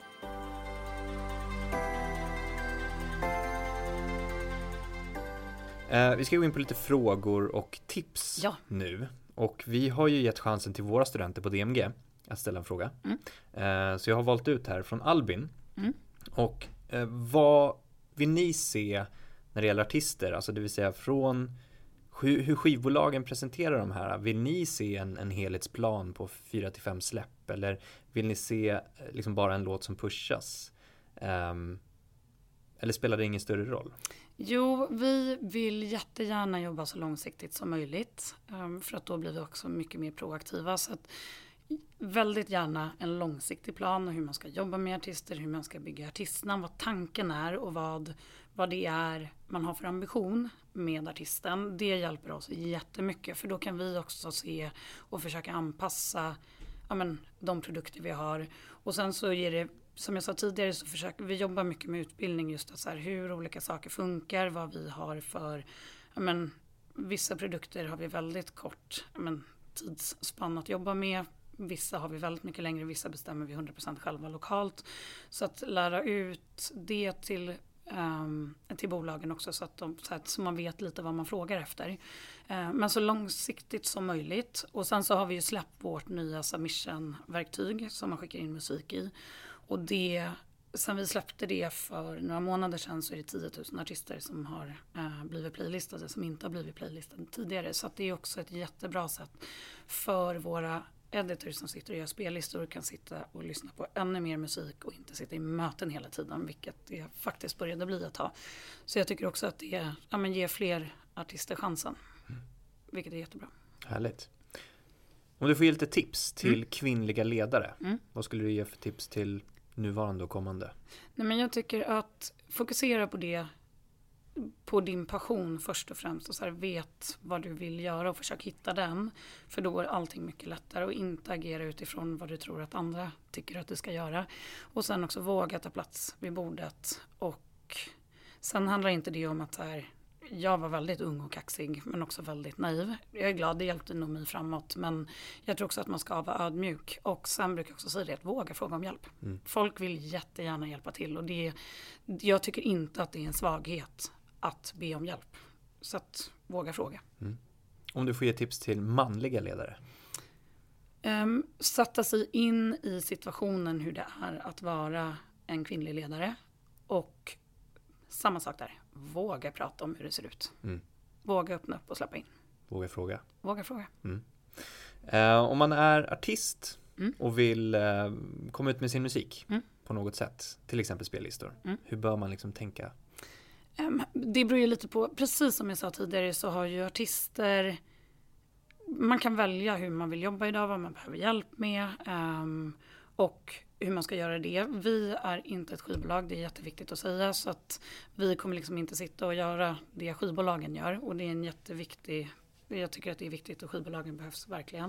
Eh, vi ska gå in på lite frågor och tips ja. nu. Och vi har ju gett chansen till våra studenter på D M G att ställa en fråga. Mm. Eh, så jag har valt ut här från Albin. Mm. Och eh, vad vill ni se när det gäller artister? Alltså det vill säga från hur, hur skivbolagen presenterar de här. Vill ni se en, en helhetsplan på fyra till fem släpp? Eller vill ni se liksom bara en låt som pushas? Um, eller spelar det ingen större roll? Jo, vi vill jättegärna jobba så långsiktigt som möjligt. Um, för att då blir vi också mycket mer proaktiva. Så att väldigt gärna en långsiktig plan och hur man ska jobba med artister, hur man ska bygga artistnamn, vad tanken är och vad, vad det är man har för ambition med artisten. Det hjälper oss jättemycket, för då kan vi också se och försöka anpassa ja, men, de produkter vi har. Och sen så ger det, som jag sa tidigare, så försöker vi jobba mycket med utbildning, just att så här, hur olika saker funkar, vad vi har för, ja, men, vissa produkter har vi väldigt kort ja, men, tidsspann att jobba med. Vissa har vi väldigt mycket längre, vissa bestämmer vi hundra procent själva lokalt. Så att lära ut det till um, till bolagen också så att, de, så att så man vet lite vad man frågar efter. Uh, men så långsiktigt som möjligt. Och sen så har vi ju släppt vårt nya submission-verktyg som man skickar in musik i. Och det, sen vi släppte det för några månader sedan så är det tio tusen artister som har uh, blivit playlistade som inte har blivit playlistade tidigare. Så att det är också ett jättebra sätt för våra editors som sitter och gör spellistor och kan sitta och lyssna på ännu mer musik och inte sitta i möten hela tiden, vilket det faktiskt började bli ett tag. Så jag tycker också att det ja, men ger fler artister chansen, mm. vilket är jättebra. Härligt. Om du får ge lite tips till mm. kvinnliga ledare, mm. vad skulle du ge för tips till nuvarande och kommande? Nej, men jag tycker att fokusera på det, på din passion först och främst och så här, vet vad du vill göra och försök hitta den, för då går allting mycket lättare och inte agera utifrån vad du tror att andra tycker att du ska göra. Och sen också våga ta plats vid bordet. Och sen handlar inte det om att så här, jag var väldigt ung och kaxig men också väldigt naiv. Jag är glad, det hjälpte nog mig framåt, men jag tror också att man ska vara ödmjuk. Och sen brukar jag också säga det, att våga fråga om hjälp. Mm. Folk vill jättegärna hjälpa till och det, jag tycker inte att det är en svaghet att be om hjälp. Så att våga fråga. Mm. Om du får ge tips till manliga ledare? Um, sätta sig in i situationen hur det är att vara en kvinnlig ledare. Och samma sak där. Våga prata om hur det ser ut. Mm. Våga öppna upp och släppa in. Våga fråga. Våga fråga. Mm. Uh, om man är artist mm. och vill uh, komma ut med sin musik mm. på något sätt, till exempel spellistor. Mm. Hur bör man liksom tänka? Det beror ju lite på, precis som jag sa tidigare så har ju artister, man kan välja hur man vill jobba idag, vad man behöver hjälp med um, och hur man ska göra det. Vi är inte ett skivbolag, det är jätteviktigt att säga, så att vi kommer liksom inte sitta och göra det skivbolagen gör, och det är en jätteviktig, jag tycker att det är viktigt och skivbolagen behövs verkligen.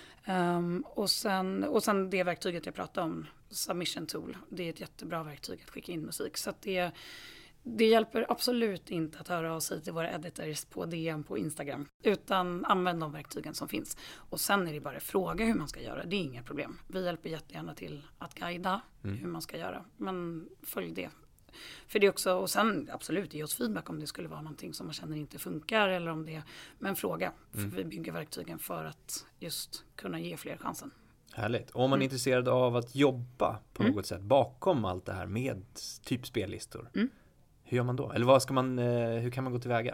Um, och, sen, och sen det verktyget jag pratade om, Submission Tool, det är ett jättebra verktyg att skicka in musik, så att det Det hjälper absolut inte att höra av sig till våra editors på D M på Instagram, utan använd de verktygen som finns. Och sen är det bara fråga hur man ska göra, det är inga problem. Vi hjälper jättegärna till att guida mm. hur man ska göra, men följ det. För det är också, och sen absolut ge oss feedback om det skulle vara någonting som man känner inte funkar eller om det, men fråga. Mm. För vi bygger verktygen för att just kunna ge fler chansen. Härligt. Och om man är mm. intresserad av att jobba på mm. något sätt bakom allt det här med typ spellistor, mm. hur gör man då? Eller vad ska man, hur kan man gå tillväga?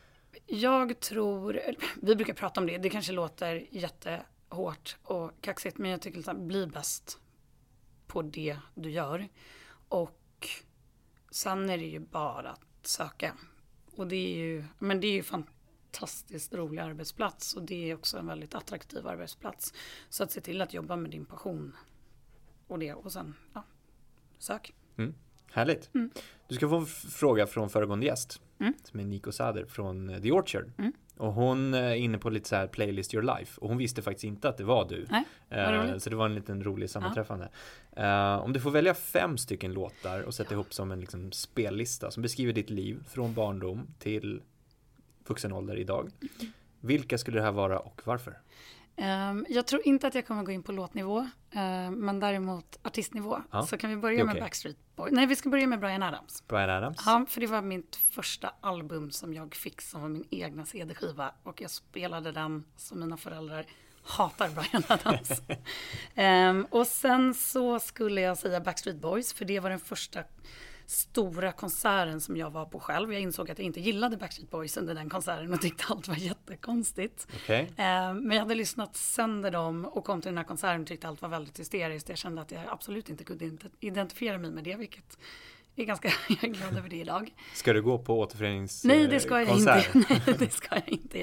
Jag tror, vi brukar prata om det, det kanske låter jättehårt och kaxigt, men jag tycker att bli bäst på det du gör. Och sen är det ju bara att söka. Och det är ju, men det är ju fantastiskt rolig arbetsplats och det är också en väldigt attraktiv arbetsplats. Så att se till att jobba med din passion och det, och sen, ja, sök. Mm. Härligt. Mm. Du ska få en fråga från föregående gäst mm. som är Nico Sader från The Orchard. Mm. Och hon är inne på lite så här playlist your life. Och hon visste faktiskt inte att det var du. Nej, uh, så det var en liten rolig sammanträffande. Ja. Uh, om du får välja fem stycken låtar och sätta ja. ihop som en liksom spellista som beskriver ditt liv från barndom till vuxen ålder idag. Mm. Vilka skulle det här vara och varför? Um, jag tror inte att jag kommer gå in på låtnivå, uh, men däremot artistnivå. Ja. Så kan vi börja med okay. Backstreet Boys. Nej, vi ska börja med Bryan Adams. Bryan Adams? Ja, för det var mitt första album som jag fick som var min egna C D-skiva. Och jag spelade den som mina föräldrar hatar Bryan Adams. um, och sen så skulle jag säga Backstreet Boys, för det var den första stora konserten som jag var på själv. Jag insåg att jag inte gillade Backstreet Boys under den konserten och tyckte allt var jättekonstigt. Okay. Eh, men jag hade lyssnat sönder dem och kom till den här konserten och tyckte allt var väldigt hysteriskt. Jag kände att jag absolut inte kunde identifiera mig med det, vilket är ganska, jag är glad över det idag. Ska du gå på återförenings Nej, det ska jag konsert? inte. Nej, det ska jag inte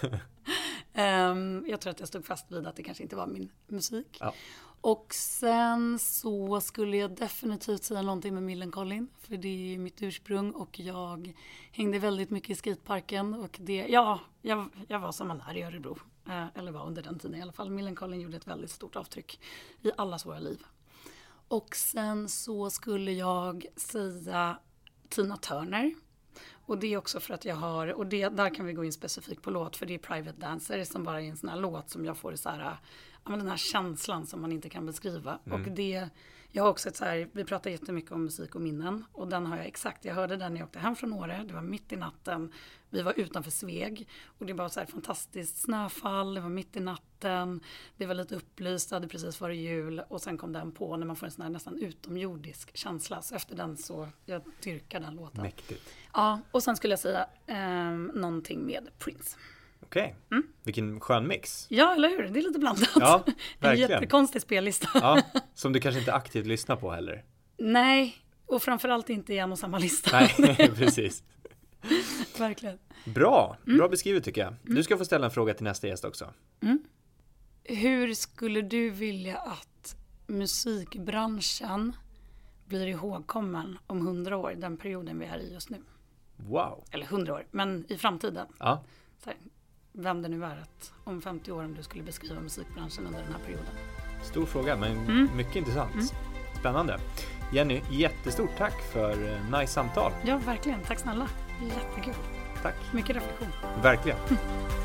göra. um, jag tror att jag stod fast vid att det kanske inte var min musik. Ja. Och sen så skulle jag definitivt säga någonting med Millencolin, för det är mitt ursprung och jag hängde väldigt mycket i skateparken och det, ja, jag, jag var som man är i Örebro, eh, eller var under den tiden i alla fall. Millencolin gjorde ett väldigt stort avtryck i allas våra liv. Och sen så skulle jag säga Tina Turner. Och det är också för att jag har, och det, där kan vi gå in specifikt på låt, för det är Private Dancer som bara är en sån här låt som jag får så här, ja, men den här känslan som man inte kan beskriva. Mm. Och det, Jag har också ett så här, vi pratar jättemycket om musik och minnen. Och den har jag exakt, jag hörde den när jag åkte hem från Åre. Det var mitt i natten. Vi var utanför Sveg. Och det var så här fantastiskt snöfall. Det var mitt i natten. Det var lite upplyst, det hade precis varit jul. Och sen kom den på när man får en sån här nästan utomjordisk känsla. Så efter den så, jag dyrkar den låten. Mäktigt. Ja, och sen skulle jag säga eh, någonting med Prince. Okej, okay. mm. Vilken skön mix. Ja, eller hur? Det är lite blandat. Ja, verkligen. En jättekonstig spellista. Ja, som du kanske inte aktivt lyssnar på heller. Nej, och framförallt inte i en och samma lista. Nej, precis. Verkligen. Bra, mm. bra beskrivet tycker jag. Du ska få ställa en fråga till nästa gäst också. Mm. Hur skulle du vilja att musikbranschen blir ihågkommen om hundra år, den perioden vi är i just nu? Wow. Eller hundra år, men i framtiden. Ja. Så här, vem det nu är att om femtio år om du skulle beskriva musikbranschen under den här perioden. Stor fråga, men mm. mycket intressant. Mm. Spännande. Jenny, jättestort tack för nice samtal. Ja, verkligen. Tack snälla. Jättekul. Tack. Mycket reflektion. Verkligen.